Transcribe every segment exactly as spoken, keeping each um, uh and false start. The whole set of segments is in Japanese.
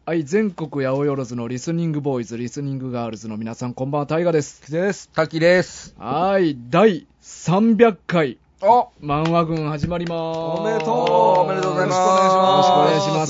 はい、全国八百万のリスニングボーイズ、リスニングガールズの皆さん、こんばんは。タイガです。 です。 滝です。 はい、だいさんびゃっかいお漫画軍始まります。 おめでとう。 おめでとうございます。 よろしくお願いします。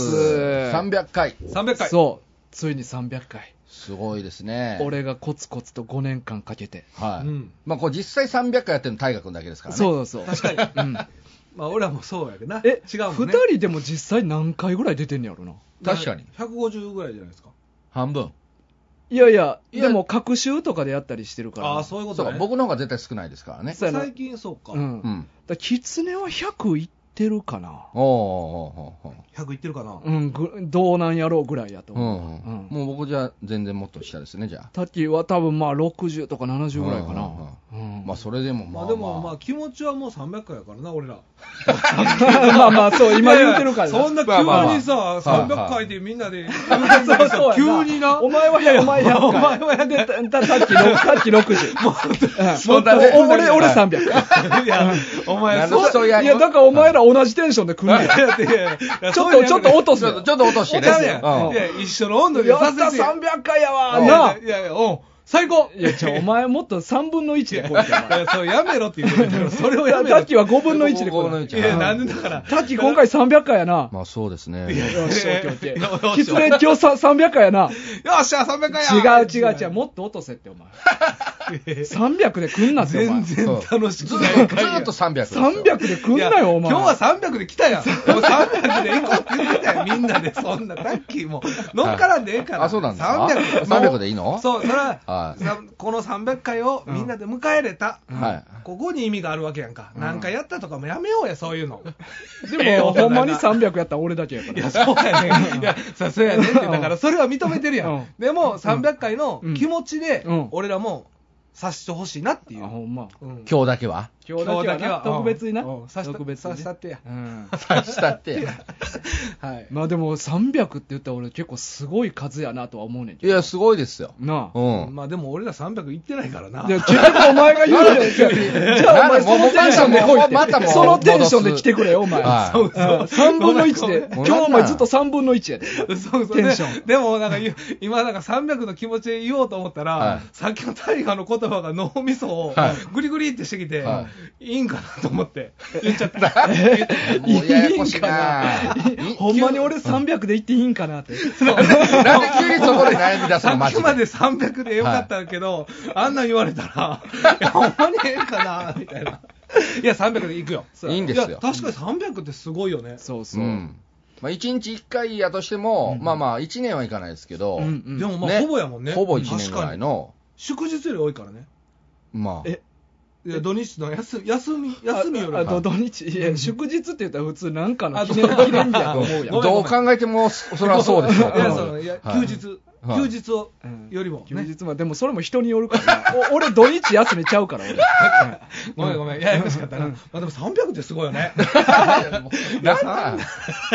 さんびゃっかい。 さんびゃっかい。 そう、ついにさんびゃっかい。 すごいですね。 俺がコツコツとごねんかんかけて。 はい。 うん、 まあこれ実際さんびゃっかいやってるの大河君だけですからね。 そうそう。 確かに。 うん。 まあ俺らもそうやけどな。 え、 違うもんね。 ふたりでも実際何回ぐらい出てんねやろな。 確かに。 ひゃくごじゅうぐらいじゃないですか。 半分。 いやいや、 いやでも隔週とかでやったりしてるから。 ああ、そういうことね。 そう、僕の方が絶対少ないですからね。 最近そうか。 うん。うん、だキツネはひゃくいってるかな。 おーおーおーおーひゃくいってるかな。 うん、ぐどうなんやろうぐらいやと思う。 うんうん、もう僕じゃ全然もっと下ですね、じゃあ。 タッキーは多分まあろくじゅうとかななじゅうぐらいかな。うんうんうん、まあそれでもまあ、まあ、 まあでもまあ気持ちはもうさんびゃっかいやからな、俺ら。 まあまあそう、今言ってるから。 そんな急にさ、さんびゃっかいでみんなで、 そうそう急にな。 お前はや、お前や、お前はやで、タッキー、タッキーろくじゅう。もう、そうだね。俺、俺さんびゃっかい。 いや、お前そう、いや、だからお前ら同じテンションで来んねん。ちょっと、ちょっと落とす。 ちょっと落としてね。 いや、一緒の温度でさせて。やったさんびゃっかいやわ。なあ。 いやいや、うん。最高。 いや、ちょ、お前もっとさんぶんのいちでこいって。 そう、やめろって言うけど、それをやめろ。 タッキーはごぶんのいちでこい。 いや、なんでだから。 タッキー今回さんびゃっかいやな。 まあそうですね。 よし、オッケーオッケー。キツネ今日さんびゃっかいやな。よっしゃ、さんびゃっかいや。 違う違う違う、もっと落とせって、お前。さんびゃくで来んなって、お前。 全然楽しくない。 ずーっとさんびゃく。 さんびゃくで来んなよ、お前。 今日はさんびゃくで来たやん。さんびゃくで行こうって言ってたよ、みんなで。そんな、タッキーも。乗っからんでええから。 あ、そうなんですか。 さんびゃく。 さんびゃくでいいの？ そう、それは、このさんびゃっかいをみんなで迎えれた。ここに意味があるわけやんか。何回やったとかもやめようや、そういうの。 でも、ほんまにさんびゃくやったら俺だけやから。 いや、そうやね。いや、さすがやねって。だから、それは認めてるやん。でも、さんびゃっかいの気持ちで、俺らも、さしてほしいなっていう。 あ、ほんま。 今日だけは今日だけは特別にな。 特別にさしたってや。 さしたってや。 はい。まあでもさんびゃくって言ったら俺結構すごい数やなとは思うねんけど。いや、すごいですよ。 なあ。 うん。まあでも俺らさんびゃくいってないからな。 いや、結局お前が言うじゃん。じゃあお前そのテンションで来いって。そのテンションで来てくれよ、お前。そうそう。さんぶんのいちで。今日お前ずっとさんぶんのいちやで。 そうそう。テンション。でもなんか今なんかさんびゃくの気持ちで言おうと思ったら、さっきの大河の言葉が脳みそをグリグリってしてきて、いいんかなと思って言っちゃった。 もうややこしいな。 ほんまに俺さんびゃくで言っていいんかなって。 なんで急にそこで悩み出すのマジで。 さっきまでさんびゃくでよかったけど、あんなん言われたら、いやほんまにええかなみたいな。いやさんびゃくでいくよ。 いいんですよ。 いや確かにさんびゃくってすごいよね。 そうそう。 まあいちにちいっかいやとしても、まあまあいちねんはいかないですけど、 でもまあほぼやもんね。 ほぼいちねんぐらいの。 祝日より多いからね。 まあ。 えいや土日の休休み休みよりあ土日いや祝日って言ったら普通なんかの記念記念日やと思うやん。 どう考えてもそれはそうですよ。 いやそのいや休日休日をよりも休日まあでもそれも人によるから俺土日休みちゃうから俺。 ごめんごめんややこしかったな。まあでもさんびゃくってすごいよね。 なんなんなんなんて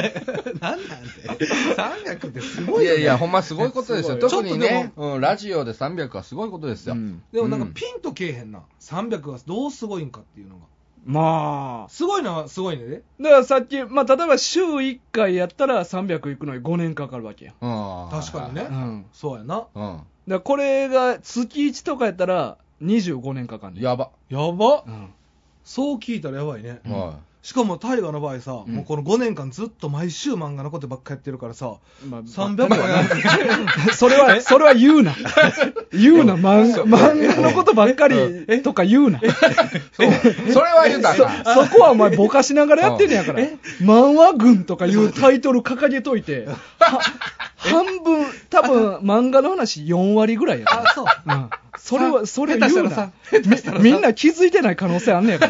さんびゃくってすごいよね。 いやいやほんますごいことですよ。特にねラジオでさんびゃくはすごいことですよ。 でもなんかピンとけえへんな。さんびゃくはどうすごいんかっていうのが。 まあすごいのはすごいねで。 だからさっきまあ例えば週いっかいやったらさんびゃくいくのにごねんかかるわけや。 確かにね。そうやな。だからこれが月いちとかやったらにじゅうごねんかかんねん。 やばやば。そう聞いたらやばいね。しかも大河の場合さ、もうこのごねんかんずっと毎週漫画のことばっかやってるからさ、さんびゃくはやそれはそれは言うな言うな漫画漫画のことばっかりとか言うな。 それは言うたな。 そこはお前ぼかしながらやってるんやから。漫画軍とかいうタイトル掲げといて半分多分漫画の話よんわりぐらいやから。 あそう。 それは、それ言うな。みんな気づいてない可能性あんねやから。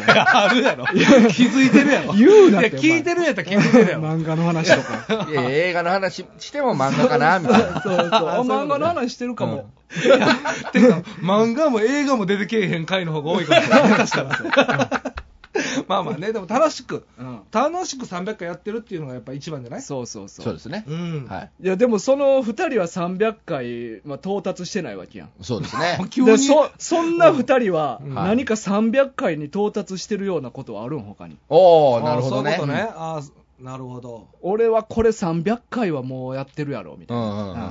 あるやろ。気づいてるやろ。 言うなって。 聞いてるやったら気づいてるやろ。 漫画の話とか。 いや、映画の話しても漫画かなみたいな。 そうそう。漫画の話してるかも。 てか、漫画も映画も出てけえへん回の方が多いかもしれない。まあまあね、でも楽しく、うん、楽しくさんびゃっかいやってるっていうのがやっぱ一番じゃない？ そうそうそう。 そうですね。 うん。 はい。いやでもそのふたりはさんびゃっかい、まあ、到達してないわけやん。 そうですね。 急にでそそんなふたりは何かさんびゃっかいに到達してるようなことはあるん他に？ おー、なるほどね。 そういうことね。あなるほど。 俺はこれさんびゃっかいはもうやってるやろみたいな。 うんうんうんうんうん。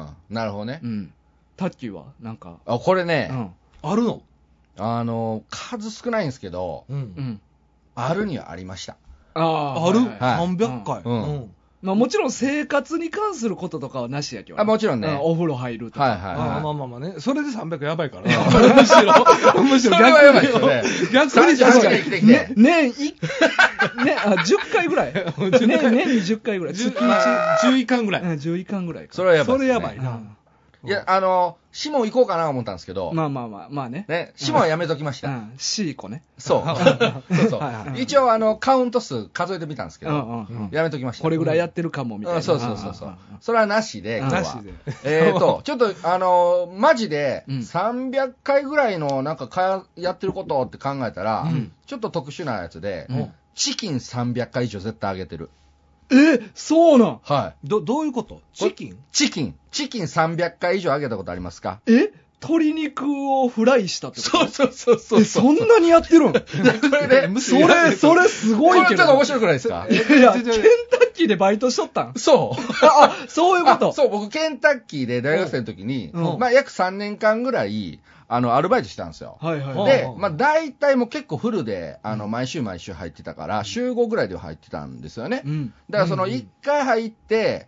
なるほどね。 うん。タッキーはなんか。 あ、これね、 うん、 あるの？ あの、数少ないんですけど、 うん。 あるにはありました。 ああ。 ある、 はいはい、 さんびゃっかい。 うん。うんまあ、もちろん生活に関することとかはなしやけど、ね、 あもちろんね、 お風呂入るとか、 はいはいはい、 あまあまあまあね、それでさんびゃくやばいからなむしろむしろ逆にそれはやばいですよね逆に確かに生きてきて、 ね、年いねあじゅっかいぐらい年年にじゅっかいぐらい月いちじゅういかんぐらい、 うん、じゅういかんぐらいかそれはやばい、 ね、それやばいな、うんいや、あの、シモン行こうかなと思ったんですけど、 まあまあまあ、まあね。 ね、シモンはやめときました。 うん、シーコね。 そう。そうそうはいはい。一応、あの、カウント数数えてみたんですけど、うんうんうん、やめときました。 これぐらいやってるかも、みたいな。 うん、そうそうそうそう。それはなしで、今日は。 なしで。 えっと、ちょっと、あの、マジで、さんびゃっかいぐらいの、なんかか、やってることって考えたら、うん、ちょっと特殊なやつで、うん、チキンさんびゃっかい以上絶対あげてる。 えそうなんはい。 ど、どういうことチキンチキン。チキンさんびゃっかい以上あげたことありますか？ え鶏肉をフライしたってこと？ そうそうそうそう。 え、そんなにやってるんこれね、それ、それすごいけど。 これちょっと面白くないですか？ いや、ケンタッキーでバイトしとったん？ そう。 あ、そういうこと。 そう、僕、ケンタッキーで大学生の時に、うん、まあ、約さんねんかんぐらい、あの、アルバイトしたんですよ。 はいはい。 で、まあ、大体もう結構フルで、あの、毎週毎週入ってたから、週ごぐらいで入ってたんですよね。うん、だからそのいっかい入って、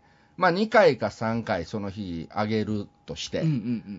まあ、にかいかさんかいその日あげるとして、うんうんうん、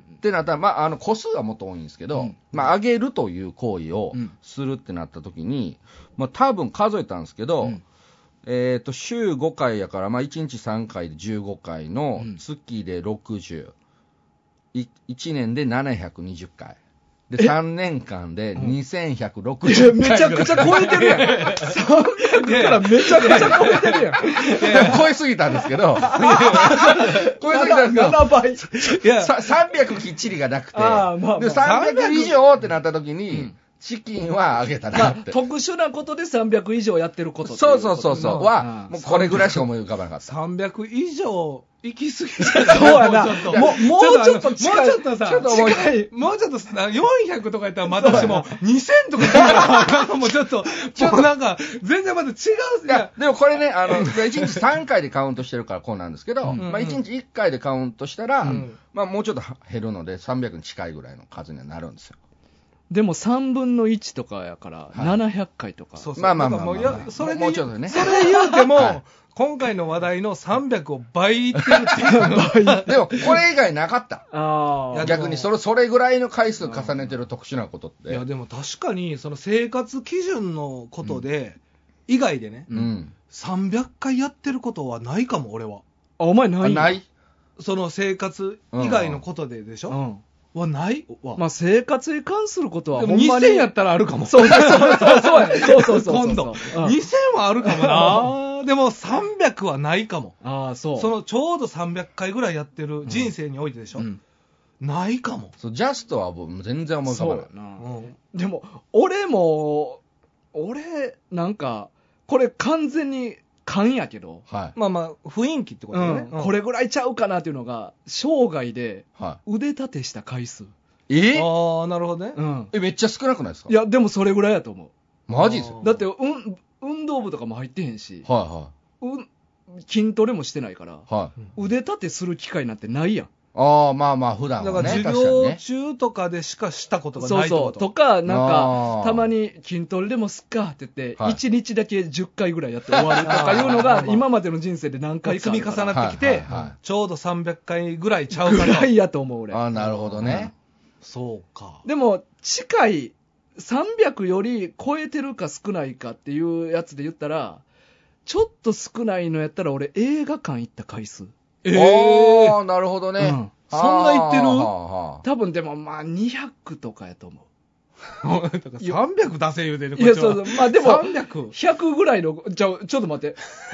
ってなったら、まあ、あの、個数はもっと多いんですけど、うん、まあ、あげるという行為をするってなった時に、まあ、多分数えたんですけど、うんえっ、ー、と、週ごかいやから、まあ、いちにちさんかいでじゅうごかいの、月でろくじゅう、いいちねんでななひゃくにじゅっかい。で、さんねんかんでにせんひゃくろくじゅっかい、うん。 めちゃくちゃ超えてるやん。さんびゃくからめちゃくちゃ超えてるやん。 いや超えすぎたんですけど。超えすぎたんですけど。 ななばい。 いや、さんびゃくきっちりがなくて。あまあまあ、でさんびゃく以上ってなった時に、うんチキンはあげたなって、 まあ、特殊なことでさんびゃく以上やってることってそうそうそうそうは、もうこれぐらいしか思い浮かばなかった。 さんびゃく以上行き過ぎじゃない？ そうやな。もう、もうちょっと近い。 もうちょっとさ、ちょっと近い。もうちょっとよんひゃくとかやったらまたしても、にせんとか言ったら、もうちょっと、ちょっとなんか、全然また違う。 いや、でもこれね、あの、いちにちさんかいでカウントしてるからこうなんですけど、うんうん、まあいちにちいっかいでカウントしたら、うん、まあもうちょっと減るので、さんびゃくに近いぐらいの数にはなるんですよ。 でもさんぶんのいちとかやから、ななひゃっかいとか。 そうそう。まあまあまあまあ、まあ、 それでもうちょっとね。 それで言うても、はい、今回の話題のさんびゃくを倍いってるっていう倍。でも、これ以外なかった。あ逆にそれ、それぐらいの回数重ねてる特殊なことって。 いや、でも確かに、その生活基準のことで、うん、以外でね、うん、さんびゃっかいやってることはないかも、俺は。 あ、お前ないないその生活以外のことででしょ、うんはないわ。 まあ生活に関することはほんまに。にせんやったらあるかも。 そうそうそうそう。そうそうそう。 今度。にせんはあるかもな。でもさんびゃくはないかも。 ああ、そう。 そのちょうどさんびゃっかいぐらいやってる人生においてでしょ。うん、ないかも。 そう、ジャストは僕全然思い浮かばない。 そうやな、うん。でも、俺も、俺、なんか、これ完全に、勘やけど、 はい、まあまあ雰囲気ってことね、 うんうん、これぐらいちゃうかなっていうのが生涯で腕立てした回数、はい、えああなるほどね、 うん、えめっちゃ少なくないですか？ いやでもそれぐらいやと思う。 マジですか？ だって、うん、運動部とかも入ってへんし、 はいはい、 うん、筋トレもしてないから、 はい、 腕立てする機会なんてないやん。 ああまあまあ普段はね。 だから授業中とかでしかしたことがないってこと。 そうそうとかなんかたまに筋トレでもすっかって言って、はい、いちにちだけじゅっかいぐらいやって終わるとかいうのが今までの人生で何回か積み重なってきて、はいはいはい、ちょうどさんびゃっかいぐらいちゃうかぐらいやと思う俺。 ああなるほどね、 うん、そうか。 でも近いさんびゃくより超えてるか少ないかっていうやつで言ったらちょっと少ないのやったら俺映画館行った回数。 えー、ああなるほどね、うんそんな言ってる？ 多分でもまあにひゃくとかやと思う。 だからさんびゃく出せ言うてるいやそうそうまあでもさんびゃくひゃくぐらいのじゃあちょっと待って。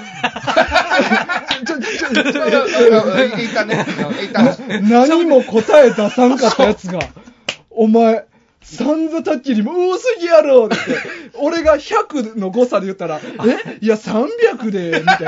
ちょちょちょちょいたね。いた。 何も答え出さんかったやつがお前サンズタッキリも多すぎやろって俺がひゃくの誤差で言ったらえいやさんびゃくでみたいな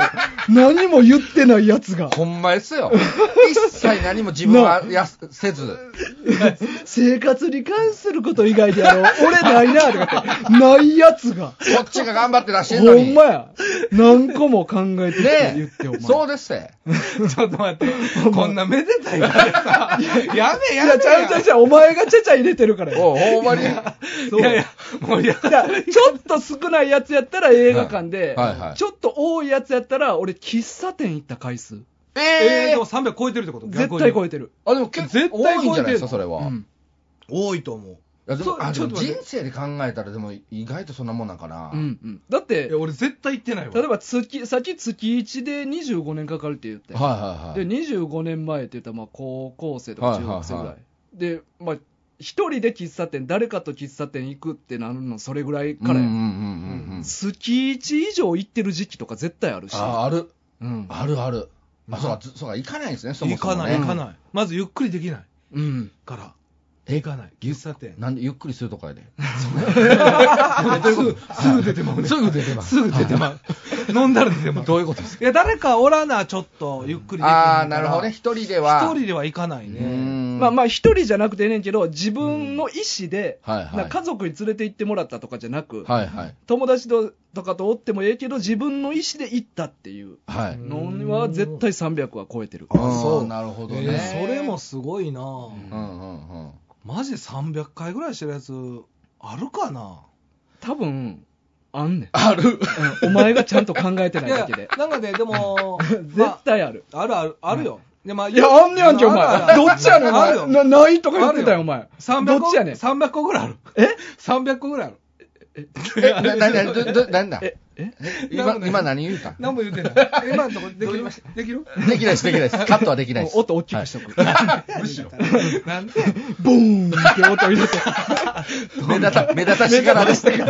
何も言ってないやつが。 ほんまですよ。一切何も自分はやせず。 生活に関すること以外でやろう。俺ないな、とかって。ないやつが。 こっちが頑張って出してんのに。 ほんまや。何個も考えてって言ってお前。 そうですって。 ちょっと待って。こんなめでたいからさ。やめやめ。 いや、ちゃうちゃうちゃう。お前がちゃちゃ入れてるからや。 おほんまに。 いやいや、もうやちょっと少ないやつやったら映画館で、 はいはいはい、 ちょっと多いやつやったら、俺、喫茶店行った回数。 えー、えー、でもさんびゃく超えてるってこと？ 絶対超えてる。 あ、でも結構多いんじゃないですか、それは。うん、 多いと思う。 いやでもあでも人生で考えたら、でも意外とそんなもんなんかな。 うんうん、だって、 いや俺絶対行ってないわ。 例えば月、さっき月いちでにじゅうごねんかかるって言って。 はいはいはい。 で、にじゅうごねんまえって言ったら、まあ、高校生とか中学生ぐらい。はいはいはい、で、まあ、一人で喫茶店、誰かと喫茶店行くってなるの、それぐらいからや。月いち以上行ってる時期とか絶対あるし。 あ、ある。 うん。 あるある。あ、そうか、そうか、行かないんですね、そもそも、ね。 行かない、行かない。まずゆっくりできない。 うん。 から。行かない。喫茶店。 なんでゆっくりするとかやで。 すぐ、すぐ出てまうね。 すぐ出てまう。 すぐ出てまう。飲んだら出てまう。 どういうことですか？ いや、誰かおらな、ちょっとゆっくりできない。 ああ、なるほどね。一人では。 一人では行かないね。 まあまあ、一人じゃなくてええねんけど、自分の意思で、 はいはい、 家族に連れて行ってもらったとかじゃなく、 はいはい、 友達ととかとおってもええけど、自分の意思で行ったっていうのは絶対さんびゃくは超えてる。 あ、そう、なるほどね。 えー、それもすごいな。 うんうんうん。 マジさんびゃっかいぐらいしてるやつあるかな？ 多分あんねん。 ある、 うん、お前がちゃんと考えてないだけで。 いやなんかね、でも絶対ある、 まあ、あるあるあるよ。でまあ、 いや、あんねやんけお前。どっちやねんお前。なないとか言ってたよお前。 さんびゃくどっちやねん。 さんびゃっこぐらいある。 え ? さんびゃっこぐらいある。 え、な、な、な、ど、ど、なんだえ、え今、今何言うた？ 何も言うてない。今のとこできる？できる？ できないです、できないです。カットはできないです。 音大きくしとく。 むしろ。なんでボーンって音入れて。 目立た、目立たしからでしたから。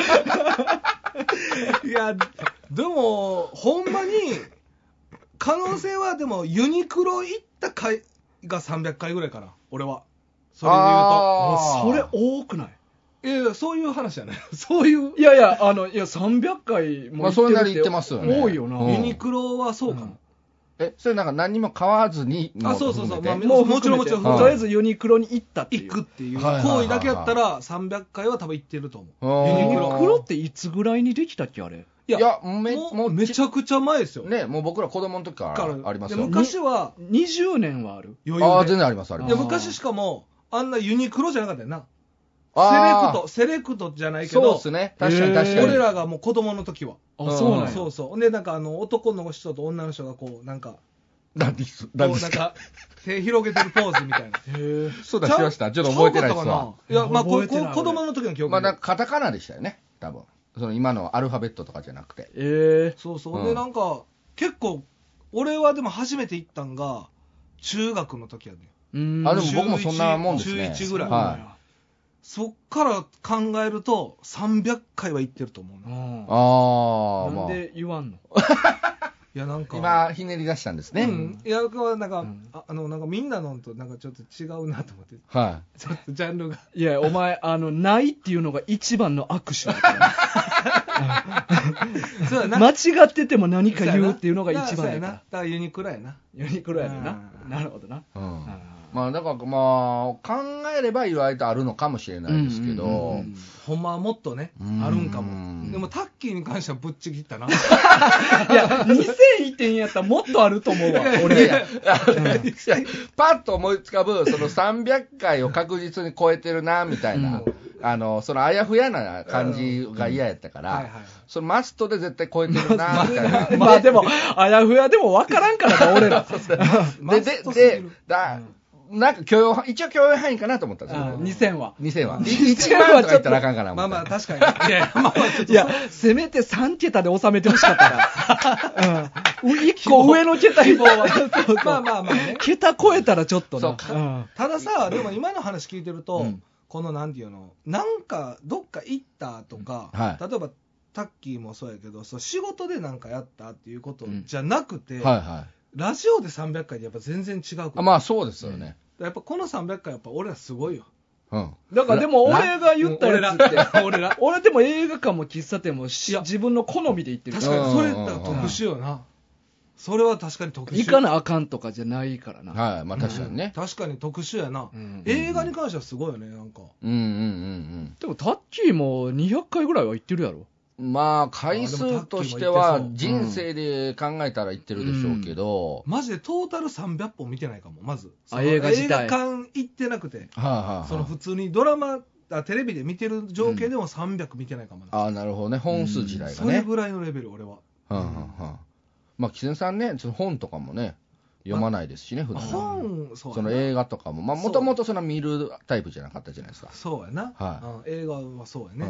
いや、でも、ほんまに、可能性はでも、ユニクロ行った回がさんびゃっかいぐらいかな、俺は。それで言うと。 それ多くない？ いやいや、そういう話じゃない。そういう。 いやいや、あの、いや、さんびゃっかいもまあ、それなり言ってますよね。 多いよな。 ユニクロはそうかも。 え、それなんか何にも買わずに。 あ、そうそうそう。まあ、 もうもちろんもちろん。とりあえずユニクロに行ったっていう。 行くっていう行為だけやったらさんびゃっかいは多分行ってると思う。 ユニクロっていつぐらいにできたっけあれ？ いや、いやめもうめちゃくちゃ前ですよ。 ね、もう僕ら子供の時からありますよ。 昔はにじゅうねんはある。 ああ、全然ありますあります。 いや、昔しかもあんなユニクロじゃなかったよな。セレクト、セレクトじゃないけど。 そうですね。確かに確かに。 俺らがもう子供の時は。 あ、そうなんや。 そうそう。で、なんかあの、男の人と女の人がこう、なんか、 何ですか？ なんか、手広げてるポーズみたいな。 へぇ。そうだしました。ちょっと覚えてないですわ。 いや、まあ、こ子供の時の記憶。 まあ、なんかカタカナでしたよね。多分。その今のアルファベットとかじゃなくて。 ええ。そうそう。で、なんか、結構、俺はでも初めて行ったんが、中学の時やね。 うん。あ、でも僕もそんなもんですね。 中いちぐらい。 はい。 そっから考えるとさんびゃっかいは行ってると思うな。 ああ、 なんで言わんの？ いやなんか今ひねり出したんですね。 うん、いやなんか、うん、あ, あのなんかみんなのとなんかちょっと違うなと思って。 はい。 ちょっとジャンルが。 いやお前あのないっていうのが一番の握手だから。そうだな。間違ってても何か言うっていうのが一番やな。 だからユニクロやな。 ユニクロやな。なるほどな。 うん。まあだからまあ考えれば意外とあるのかもしれないですけど、うんうんうんうん、 ほんまはもっとねあるんかも。でもタッキーに関してはぶっちぎったな。いやにせんいってんやったらもっとあると思うわ俺。いやパッと思いつかぶそのさんびゃっかいを確実に超えてるなみたいな、うん、あのそのあやふやな感じが嫌やったから、うんうんはいはい、そのマストで絶対超えてるなみたいな。 まあでもあやふやでも分からんからな俺ら。 でででだ。なんか許容、一応許容範囲かなと思ったんですよ。 にせんは。 にせんは。いちまんとか言ったらあかんかな。 まあまあ確かに。いや、まあちょっと。 いや、せめてさんけたで収めてほしかったら。うん。いっこ上の桁に。 まあまあまあね。 桁超えたらちょっとな。 そうか。うん、 たださ、でも今の話聞いてると、うん、このなんていうの、なんかどっか行ったとか、うんはい、例えばタッキーもそうやけど、そう仕事でなんかやったっていうことじゃなくて、 うんはいはい、 ラジオでさんびゃっかいでやっぱ全然違うから。 あまあそうですよね。 やっぱこのさんびゃっかいやっぱ俺らすごいよ。 うん。 だからでも俺が言ったやつって、 俺ら。 俺でも映画館も喫茶店も自分の好みで行ってる。 確かにそれだ特殊よな。 それは確かに特殊。 行かなあかんとかじゃないからな。 はい、まあ確かにね。 うん、確かに特殊やな、 うん、 映画に関してはすごいよね、なんか。 うんうんうんうん。 でもタッキーもにひゃっかいぐらいは行ってるやろ。 まあ回数としては人生で考えたら行ってるでしょうけど、 うん、マジでトータルさんびゃっぽん見てないかも、まず。 あ、映画自体。 映画館行ってなくて、 はあはあ、 その普通にドラマ、あテレビで見てる情景でもさんびゃく見てないかもな。 ああ、なるほどね、本数自体がね。 それぐらいのレベル、俺は。 はあはあはあ、まあ、キツネさんね、その本とかもね、読まないですしね、普段本、そうその映画とかも、もともとその見るタイプじゃなかったじゃないですか。 そうやな、 はい、うん、映画はそうやね、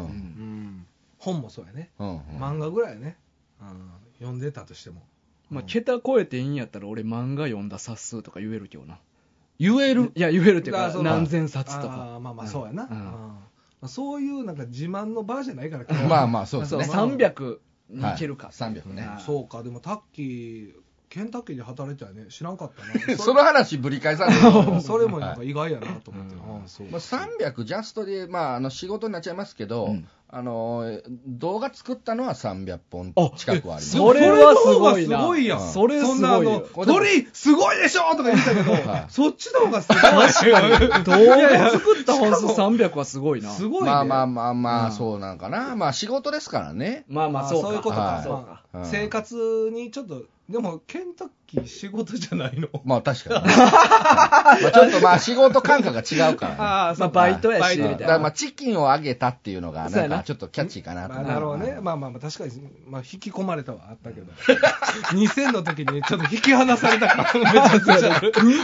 うんうん、本もそうやね、 うんうん、 漫画ぐらいやね、うん、読んでたとしても。 まあ、桁超えていいんやったら俺漫画読んだ冊数とか言えるけどな。 言えるいや、言えるっていうか、何千冊とか。 あまあまあ、そうやな。 うんうん、そういうなんか自慢の場じゃないから、 まあまあ、そうですね。 さんびゃくにいけるか、はい、 さんびゃくね。 そうか、でもタッキー、ケンタッキーで働いてたよね、知らんかったな。 その話ぶり返されるそれもなんか意外やなと思って、 はい、 あそうまあ、さんびゃくジャストで、まあ、あの仕事になっちゃいますけど、うん、あの動画作ったのはさんびゃっぽん近くはあります。 それはすごいな。 すごいやん。 それすごいよ。 そんな鳥すごいでしょとか言ったけど、はい、そっちの方がすごい。 確かに動画作った本数さんびゃくはすごいな。 すごいね。 まあまあまあまあ、うん、そうなんかな。まあ仕事ですからね。 まあまあそうか。 そういうことか。 はいそうか、まあ、生活にちょっと。でもケンタッキー仕事じゃないの。 まあ確かに、ね、まあちょっとまあ仕事感覚が違うから、ね、 あまあバイトやしみたいな。 だからまあチキンをあげたっていうのがなんかちょっとキャッチーかなと、 まあ、なるほどね。まあまあまあ確かに、まあ、引き込まれたはあったけどにせんの時にちょっと引き離されたからめちゃくちゃ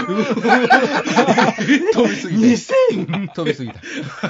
飛びすぎたにせん飛びすぎた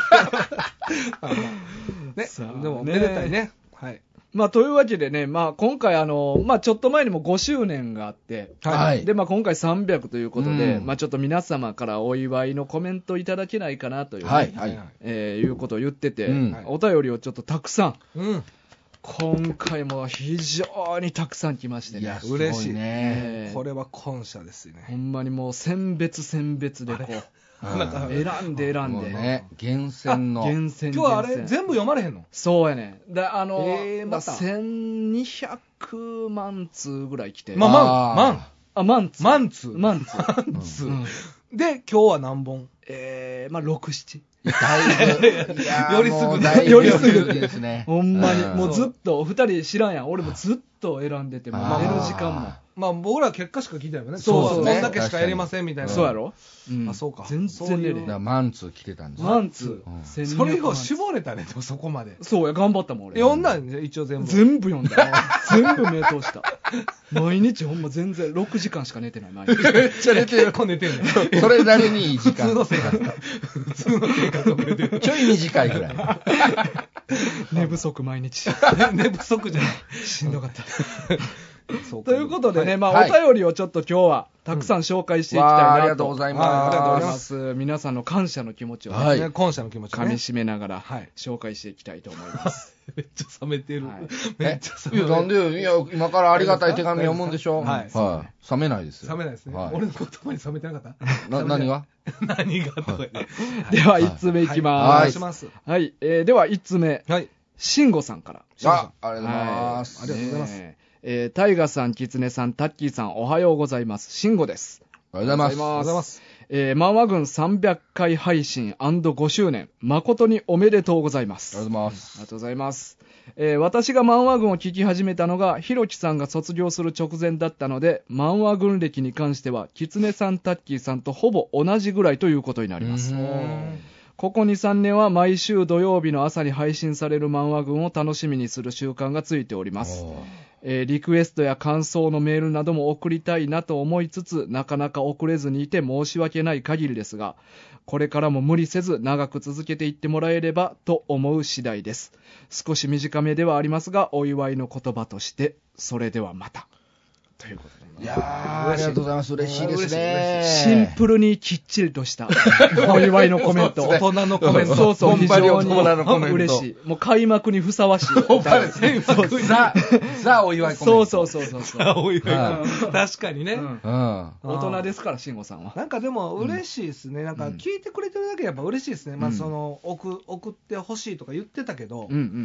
ね、でもめでたいね。はい。 まあ、というわけでね、まあ、今回あの、まあ、ちょっと前にもごしゅうねんがあって、 はい、 で、まあ、今回さんびゃくということで、 うん、 まあ、ちょっと皆様からお祝いのコメントいただけないかなという、ね、 はいはいえー、いうことを言ってて、 うん、 お便りをちょっとたくさん、 うん、 今回も非常にたくさん来ましてね。 いや嬉しいね、 えー、これは感謝ですね。 ほんまにもう選別選別でこう。なんか選んで選んで、 ね、厳選の厳選今日はあれ全部読まれへんの？ そうやね。であの、 えー、ま、 せんにひゃくまんつうぐらい来て、 まあ、まんあマンツマンツマンツマンツ、うん、で今日は何本？ えー、まあろく、ななだいぶよりすぐだいぶよりすぐですね。 ほんまにもうずっとお二人知らんやん。俺もずっと選んでても寝る時間も。 まあ僕ら結果しか聞いたよね。 そうそう、 こんだけしかやりませんみたいな。 そうやろ。 うん、あそうか。 全然寝れへん。 マンツー来てたんです。 マンツー。うん、それを絞れたね。でもそこまで。 そうや頑張ったもん俺。 読んだんで一応全部。 全部読んだ。全部目通した。毎日ほんま全然ろくじかんしか寝てない毎日。 めっちゃ寝てる。結構寝てるね。 それなりにいい時間。 普通の生活。普通の生活を寝てる。 ちょい短いぐらい。 寝不足毎日。 寝不足じゃない。 しんどかった。 そうということでね、 はい、 まあ、はい、お便りをちょっと今日はたくさん紹介していきたいなと、うん、 ありがとうございます。 ありがとうございます。皆さんの感謝の気持ちを、ね、 はい、感謝の気持ちを、 ね、噛み締めながら、 はい、 紹介していきたいと思います。 めっちゃ冷めてる。はい、 めっちゃ冷めてる。いや、なんで、いや、今からありがたい手紙読むんでしょ。 はい。 はい。冷めないですよ。 冷めないですね。はい、俺の言葉に冷めてなかったな、何が何がとか、ね。 では、いちつめいきます。 はい、お願いします。 はい。えー、では、いちつめ。 はい。 慎吾さんから。 あ、ありがとうございます。 ありがとうございます。 えー、タイガさん、キツネさん、タッキーさん、おはようございます。慎吾です。 おはようございます。 おはようございます。 えー、漫画軍さんびゃっかい配信 &ご 周年、誠におめでとうございます。 ありがとうございます。 ありがとうございます。えー、私が漫画軍を聞き始めたのが、ひろきさんが卒業する直前だったので、漫画軍歴に関しては、キツネさん、タッキーさんとほぼ同じぐらいということになります。ここに、さんねんは毎週土曜日の朝に配信される漫画軍を楽しみにする習慣がついております。えー、リクエストや感想のメールなども送りたいなと思いつつ、なかなか送れずにいて申し訳ない限りですが、これからも無理せず長く続けていってもらえればと思う次第です。少し短めではありますが、お祝いの言葉として、それではまた。ということで。 いやー、ありがとうございます。嬉しいですね。 シンプルにきっちりとしたお祝いのコメント。 大人のコメント。 そうそう、非常に嬉しい。もう開幕にふさわしい。 ザ、ザお祝いコメント。 そうそうそうそう。 ザお祝い。確かにね。 大人ですから、慎吾さんは。 なんかでも嬉しいですね。なんか聞いてくれてるだけやっぱ嬉しいですね。まあその、送ってほしいとか言ってたけど、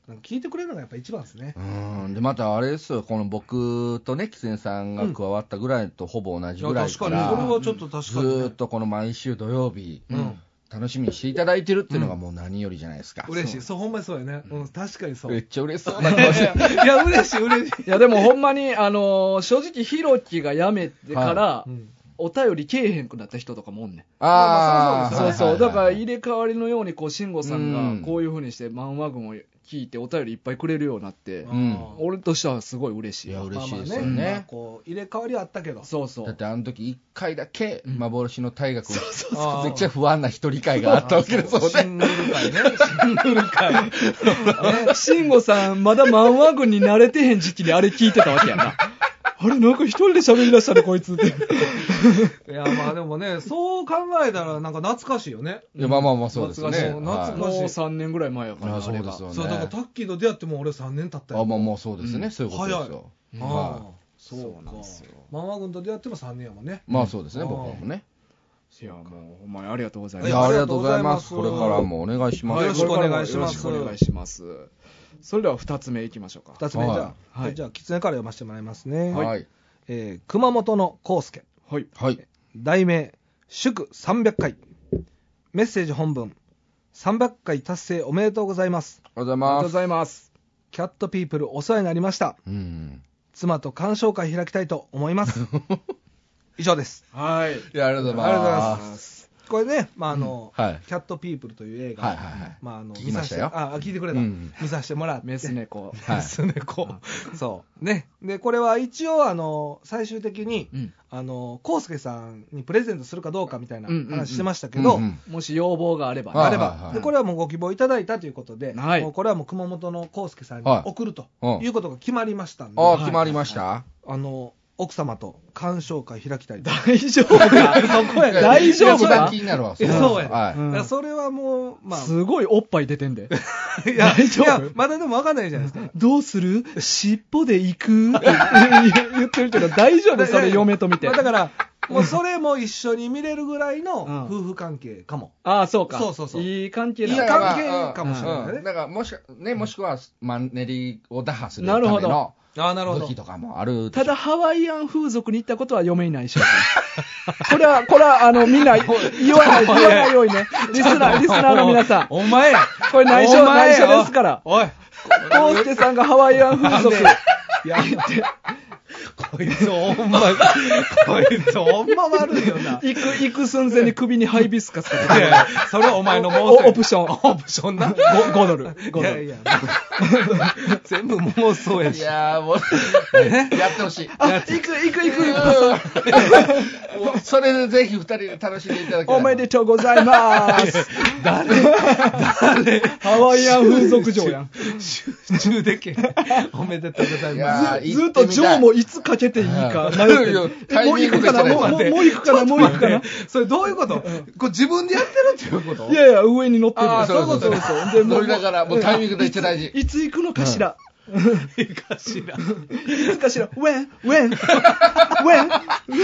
聞いてくれるのがやっぱ一番ですね。 うん。で、またあれですよ、この僕とね、キツネさんが加わったぐらいとほぼ同じぐらいから、 確かに、それはちょっと確かに、ね。 ずーっとこの毎週土曜日、 うん、 楽しみにしていただいてるっていうのがもう何よりじゃないですか。 うん、嬉しい。そう、ほんまにそうやね。うん、確かにそう。 めっちゃ嬉しそうな顔していや、いや嬉しい、嬉しい。 いや、でもほんまに、あのー、正直、ひろきが辞めてから、はい、うんお便りけえへんくなった人とかもおんねん。 ああ、 そうそう。だから入れ替わりのように、こう、慎吾さんがこういう風にして漫画群を聞いてお便りいっぱいくれるようになって、うん、俺としてはすごい嬉しい。 いや、嬉しいですよよね。まあまあねこう入れ替わりはあったけど。 そうそう。 だってあの時いっかいだけ幻の大学、うん、めっちゃ不安な一人会があったわけですよね。 シングル会ね。シングル会。 慎吾さん、まだ漫画群に慣れてへん時期にあれ聞いてたわけやな。あれなんか一人で喋り出したねこいつっていやまあでもねそう考えたらなんか懐かしいよね。 いやまあまあまあそうですね。 懐かしい。もうさんねんぐらい前やから。 あそうですよね。 そうだからタッキーと出会っても俺さんねん経ったよ。 あまあまあそうですね、うん、そういうことですよ。 早い。ああそうなんですよ。漫画軍と出会ってもさんねんやもんね。 まあそうですね僕もね。 いやもうほんまにありがとうございます。 いやありがとうございます。これからもお願いします。 よろしくお願いします。 よろしくお願いします。それではふたつめいきましょうか。 ふたつめじゃあ、はい、じゃあキツネから読ませてもらいますね。 はい。 えー、熊本の康介。 はい。 はい。 題名、祝さんびゃっかい。メッセージ本文。さんびゃっかい達成おめでとうございます。 ありがとうございます。 ありがとうございます。 キャットピープルお世話になりました。 うん。 妻と鑑賞会開きたいと思います。以上です。 はい。 いや、ありがとうございます。ありがとうございます。 これね、まああの、 うんはい、 キャットピープルという映画、 はいはいはい、 まああの聞きましたよ。 あ、聞いてくれた、うん、見させてもらって。 メス猫。 メス猫。そうね。でこれは一応あの最終的に、うん、あの康介さんにプレゼントするかどうかみたいな話してましたけど、 うんうんうん、もし要望があれば、 ね、あれば、はいはい、でこれはもうご希望いただいたということで、 はい、 もうこれはもう熊本の康介さんに送るということが決まりましたんで。 ああ決まりました。 はい、あの。奥様と鑑賞会開きたい。 大丈夫かそこや大丈夫か気になるわ。 そうや、はいうん、それはもう、まあ、 すごいおっぱい出てんで。 いや、大丈夫いやまだでも分かんないじゃないですか。 どうする尻尾で行くって言ってるけど、大丈夫それ嫁と見て。 まあ、だから、もうそれも一緒に見れるぐらいの夫婦関係かも。 うん、ああ、そうか。 そうそうそう。 いい関係だ。いい関係かもしれないね。 うん、だからもし、ね、もしくはマンネリを打破するための。なるほど。 あなるほど。 武器とかもある。 ただハワイアン風俗に行ったことは嫁いないでしょうこれは、これは、あの、みんな言わない、言わないようにね。リスナー、リスナーの皆さん。 お前これ内緒、内緒ですから。 おい。 コウスケさんがハワイアン風俗。 やめて。こいつほんま、こいつほんま悪いよな。 行く、行く寸前に首にハイビスカスかけて。 それはお前の妄想。 オプション。 オプションな。 ごドル。 いやいや。全部妄想やし。 いやーもう、やってほしい。 あ、行く、行く、行く。 それでぜひ二人で楽しんでいただければ。 おめでとうございます。 誰誰ハワイアン風俗嬢やん。 集中でけん。おめでとうございます。 ずっと嬢もいつかけていいか。もう行くかな、もう行くかな、もう行くかな。 それどういうこと？これ自分でやってるっていうこと？ いやいや、上に乗ってる。 ああ、そうそうそうそう。乗りながら、もうタイミングで一大事。 いつ行くのかしら。 いいかしら。 いつかしら。when? when? when?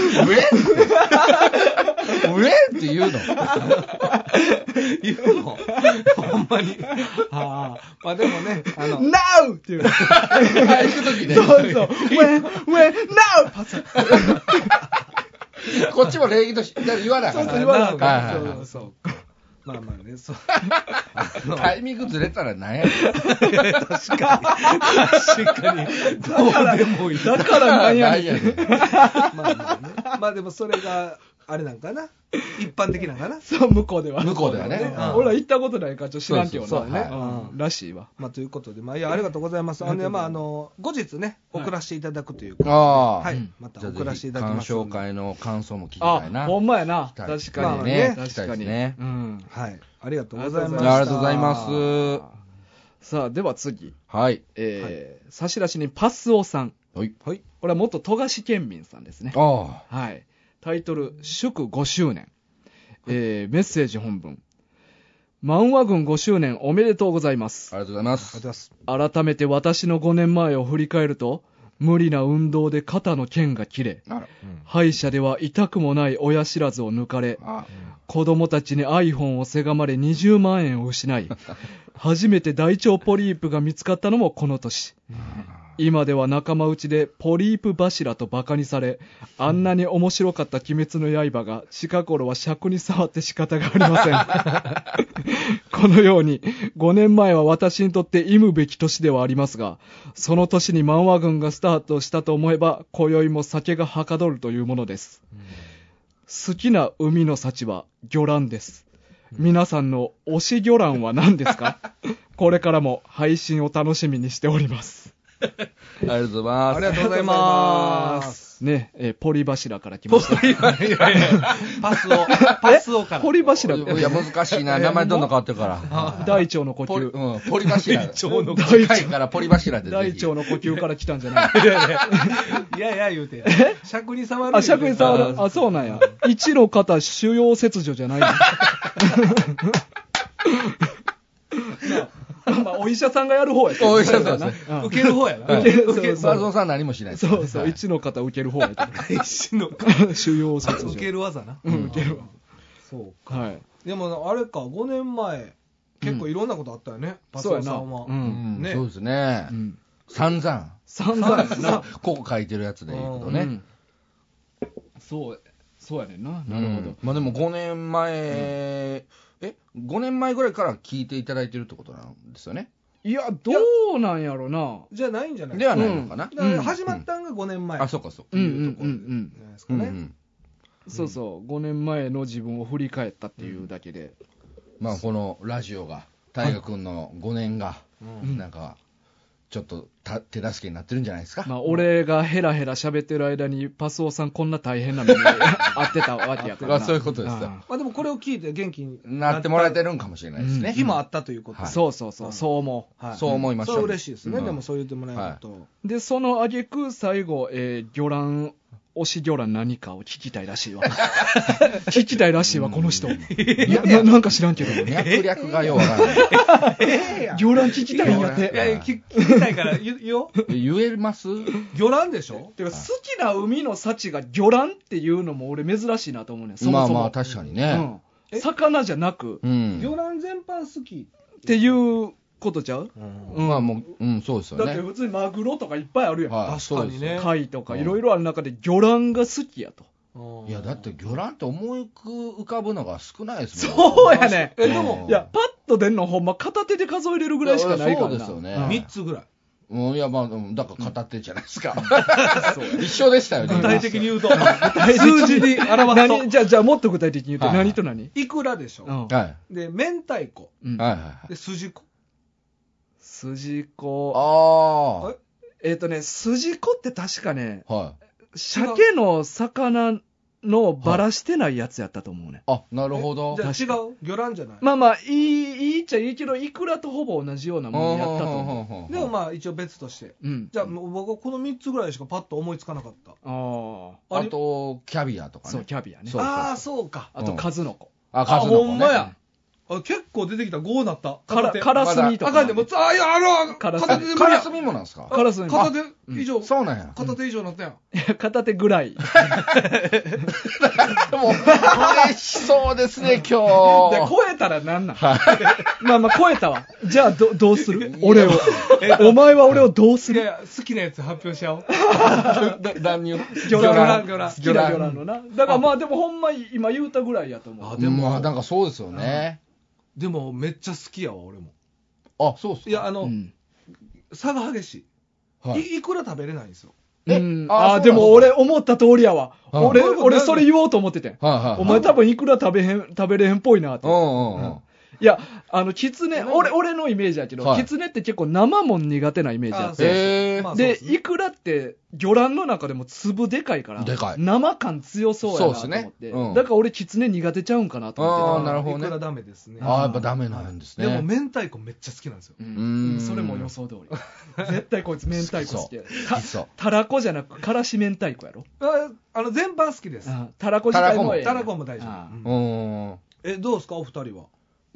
上って言うの言うのほんまに。ああ。まあでもね、あの。 now! っていう。 行くときね。 そうそう。when? when? now! パス。 こっちも礼儀として言わなかった。 そうそう言わなかった。 そうそう。まあまあね、そう。 タイミングずれたら何やねん。 確かに。確かに。どうでもいい。 だから何やねん。 まあまあね。まあでもそれが、あれなんかな一般的なんかなそう、向こうでは。 向こうではね。 俺ら行ったことないからちょっと知らんけどな。 そうね。 らしいわ。 まあということで、まあいや、ありがとうございます。あの、まああの、後日ね、送らせていただくということで。はい。また送らせていただきます。 鑑賞会の感想も聞きたいな。 あ、ほんまやな。確かにね。確かにね。 はい。ありがとうございました。 ありがとうございます。 さあ、では次。 はい。 えー、差出人パスオさん。 はい。 はい。これは元富樫県民さんですね。 ああ。 はい。タイトル、祝ごしゅうねん。えー、メッセージ本文。漫画軍ごしゅうねんおめでとうございます。 ありがとうございます。 ありがとうございます。 改めて私のごねんまえを振り返ると、 無理な運動で肩の腱が切れ、歯医者では痛くもない親知らずを抜かれ、子供たちに iPhone をせがまれにじゅうまんえんを失い、初めて大腸ポリープが見つかったのもこの年。今では仲間内でポリープ柱とバカにされ、あんなに面白かった鬼滅の刃が近頃は尺に触って仕方がありません。このようにごねんまえは私にとって忌むべき年ではありますが、その年に漫画軍がスタートしたと思えば今宵も酒がはかどるというものです。好きな海の幸は魚卵です。皆さんの推し魚卵は何ですか？これからも配信を楽しみにしております。 ありがとうございます。 ありがとうございます。 ね、えー、ポリ柱から来ました。 ポリ柱、いやいやパスを、パスをから。 ポリ柱。 いや、難しいな。名前どんどん変わってるから。 大腸の呼吸。 ポリ、うん、ポリ柱。 大腸の呼吸。大腸からポリ柱で。 大腸の呼吸から来たんじゃない？ いやいや、いやいや言うて。尺に触る。 あ、尺に触る。あ、そうなんや。一の肩腫瘍切除じゃないの？まあ、お医者さんがやる方やった。 お医者さんな。受ける方やな。 受ける、受ける。バゾンさん何もしない。 そうそう、一の肩受ける方やった。 一の肩。 腫瘍切除。 受ける技な。 うん、受けるわ。 そうか。 はい。 でも、あれか、ごねんまえ、結構いろんなことあったよね、パソコンさんは。 うん。 そうですね。散々。 散々な。 ここ書いてるやつでいいけどね。 そう、そうやねんな。なるほど。 まあでもごねんまえ、え、ごねんまえぐらいから聞いていただいてるってことなんですよね。 いや、どうなんやろな。 じゃないんじゃないではないのかな。 始まったんがごねんまえ。 あ、そうかそうか。 うんうんうんうん。 そうそう、ごねんまえの自分を振り返ったっていうだけで。 まあこのラジオが、大河君のごねんが、なんか、ちょっと手助けになってるんじゃないですか。 まあ、俺がヘラヘラ喋ってる間にパスオさんこんな大変な目に遭ってたわけやからな。 そういうことですよ。 まあでもこれを聞いて元気になってもらえてるんかもしれないですね。 日もあったということ。 そうそうそう、そう思う。そう思いました。 それ嬉しいですね。でもそう言ってもらえると。 で、その挙句最後、えー、魚卵、推し魚卵何かを聞きたいらしいわ。聞きたいらしいわ、この人。いや、な、なんか知らんけど。 脈略がようわからない。 魚卵聞きたいんやって。 いやいや、聞きたいから言よ。 言えます魚卵でしょ？ てか、好きな海の幸が魚卵っていうのも俺珍しいなと思うねん。そもそも。 まあまあ、確かにね。 魚じゃなく、 魚卵全般好きっていうことちゃう？ まあもう、うん、そうですよね。 だって普通にマグロとかいっぱいあるやん。 確かにね。 貝とかいろいろある中で魚卵が好きやと。 いや、だって魚卵って思い浮かぶのが少ないですもんね。そうやね。 え、でも、 いや、パッと出んのほんま片手で数えれるぐらいしかないからな。 そうですよね。 みっつぐらい。 うん、いや、まあ、だから片手じゃないですか。一緒でしたよね。 具体的に言うと。数字に表すと。 じゃあ、じゃあもっと具体的に言うと何と何？ いくらでしょ。 はい。 で、明太子。 はいはい。 で、筋子。 筋子。 ああ。 えっとね、筋子って確かね、 はい。 鮭の魚のばらしてないやつやったと思うね。 あ、なるほど。 じゃあ違う？魚卵じゃない？ まあまあ、いい、いいっちゃいいけど、いくらとほぼ同じようなものやったと思う。でもまあ、一応別として。 うん。 じゃあ、僕はこのみっつぐらいしかパッと思いつかなかった。ああ。あと、キャビアとかね。 そう、キャビアね。 ああ、そうか。 あと、数の子。 あ、数の子。 ほんまや。あ、結構出てきた。ごなった。 から、カラスミとか。 あかんでも、あ、いや、あの、 片手で。カラスミもなんですか？ カラスミ。 片手以上。 そうなんや。 片手以上なったやん。 いや、片手ぐらい。 でも、嬉しそうですね、今日。 超えたらなんなん？まあまあ、超えたわ。じゃあ、ど、どうする？俺を。お前は俺をどうする？ いや、好きなやつ発表しちゃおう。 乱入。 魚卵。 魚卵。 好きな魚卵のな。だからまあ、でもほんま今言うたぐらいやと思う。 あ、でも、まあ、なんかそうですよね。 でもめっちゃ好きやわ俺も。 あ、そうっすか。 いや、あの、うん、差が激しい、はい、い。いくら食べれないんですよ。 え、うん、ああ、でも俺思った通りやわ。はい、俺、俺それ言おうと思ってて。 はいはいはい、 お前多分いくら食べへん、食べれへんっぽいなって。 うんうんうん。 いや、あの、キツネ、俺、俺のイメージやけど、はい、キツネって結構生もん苦手なイメージあって。 へーで、イクラって魚卵の中でも粒でかいから、 でかい生感強そうやなと思って。そうですね。うん、だから俺キツネ苦手ちゃうんかなと思って。 ああ、なるほどね。 イクラダメですね。 ああ、やっぱダメなんですね。 でも明太子めっちゃ好きなんですよ。 うん。それも予想通り。絶対こいつ明太子好きや。た、たらこじゃなく、からし明太子やろ。 あ, あの、全般好きです。 たらこ自体もええ。 たらこも大丈夫。 うん。 え、どうですかお二人は。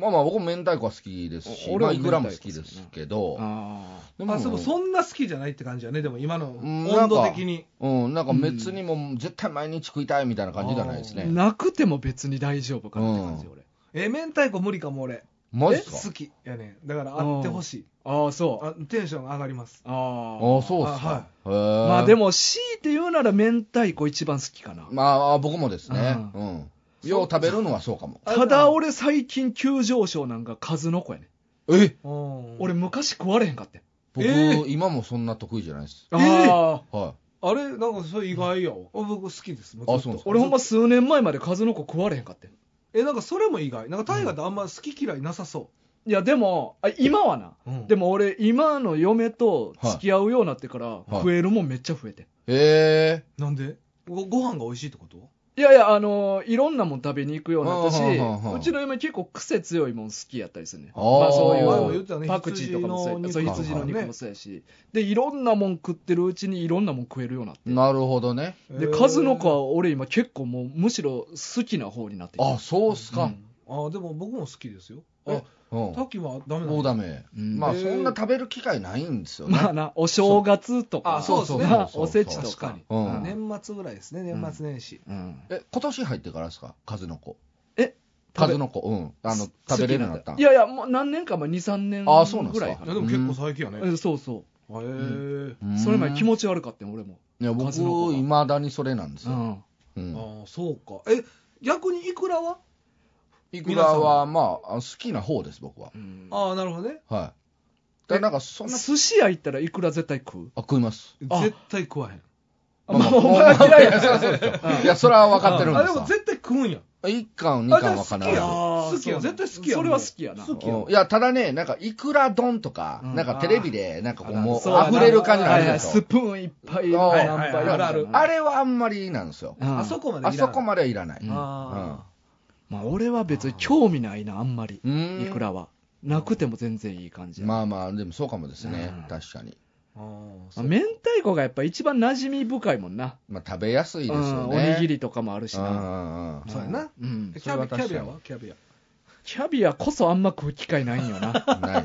まあまあ僕も明太子は好きですし、まあ、イクラも好きですけど、 あでも、あ、そうそんな好きじゃないって感じやね、でも今の温度的に。 うん、なんか別にもう絶対毎日食いたいみたいな感じじゃないですね。 なくても別に大丈夫かなって感じ、俺。 え、明太子無理かも俺。 マジっすか？ 好きやね。だからあってほしい。 ああ、そうあ。テンション上がります。 ああ。あ、そうっすか。 はい。 まあでも、強いて言うなら明太子一番好きかな。 まあ、僕もですね。うん。よう食べるのはそうかも。 ただ俺最近急上昇なんか数の子やね。 え？ 俺昔食われへんかった。 僕、えー、今もそんな得意じゃないです。 ああ、 はい。 あれなんかそれ意外やわ。僕好きです。 あ、そうです。 俺ほんま数年前まで数の子食われへんかった。 え、なんかそれも意外。なんか大河ってあんま好き嫌いなさそう。 いやでもあ今はな、うん、でも俺今の嫁と付き合うようになってから、はい、食えるもんめっちゃ増えて。 へえー。 なんで？ごご飯が美味しいってこと？ いやいや、あのー、いろんなもん食べに行くようになったし、うちの嫁結構癖強いもん好きやったりするね。まあそういうパクチーとかもそうや、そう羊の肉もそうやし、でいろんなもん食ってるうちにいろんなもん食えるようになって。 なるほどね。 で数の子は俺今結構もうむしろ好きな方になってきて。 あ、そうっすか。 うん、あでも僕も好きですよ。え、 うん、 タッキーはダメなの？ もうダメ、うん、まあそんな食べる機会ないんですよね。 まあな、お正月とか、 あ、そうですね、 おせちとか、 うん、年末ぐらいですね、年末年始、 うん、え、今年入ってからですか、数の子。 え、 数の子、うん、あの食べれるようになったん。 いやいや、もう何年か前、にさんねんぐらい。 あ、そうなんですか。 いやでも結構最近やね、 うん、そうそう、へえ、 うん、 それ前気持ち悪かったよ俺も。 いや僕いまだにそれなんですよ、うんうん、ああそうか。え、逆にイクラは？ イクラはまあ好きな方です僕は、うん、 ああなるほどね。 はい。だからなんかそんな寿司屋行ったらイクラ絶対食う？ あ、食います。 絶対食わへん。 あ、まあ、お前は嫌いやから。 いや、それは分かってるんですよ。 あ、でも絶対食うんや。 いっかん、にかんはかな。 好きや。絶対好きや。 それは好きやな。 好きや。 いや、ただね、なんか、いくら丼とか、なんかテレビで、なんかこう、もう、溢れる感じなんですよ。 スプーンいっぱい、何杯ある。 あれはあんまりなんですよ。 あそこまであそこまではいらない。 まあ、俺は別に興味ないな、あんまり。いくらは。なくても全然いい感じ。 まあまあ、でもそうかもですね。確かに。 あ、明太子がやっぱ一番馴染み深いもんな。 まあ食べやすいですよね。 おにぎりとかもあるしな。 そうやな。キャビアは？キャビア。 キャビアこそあんま食う機会ないんよな。 ない。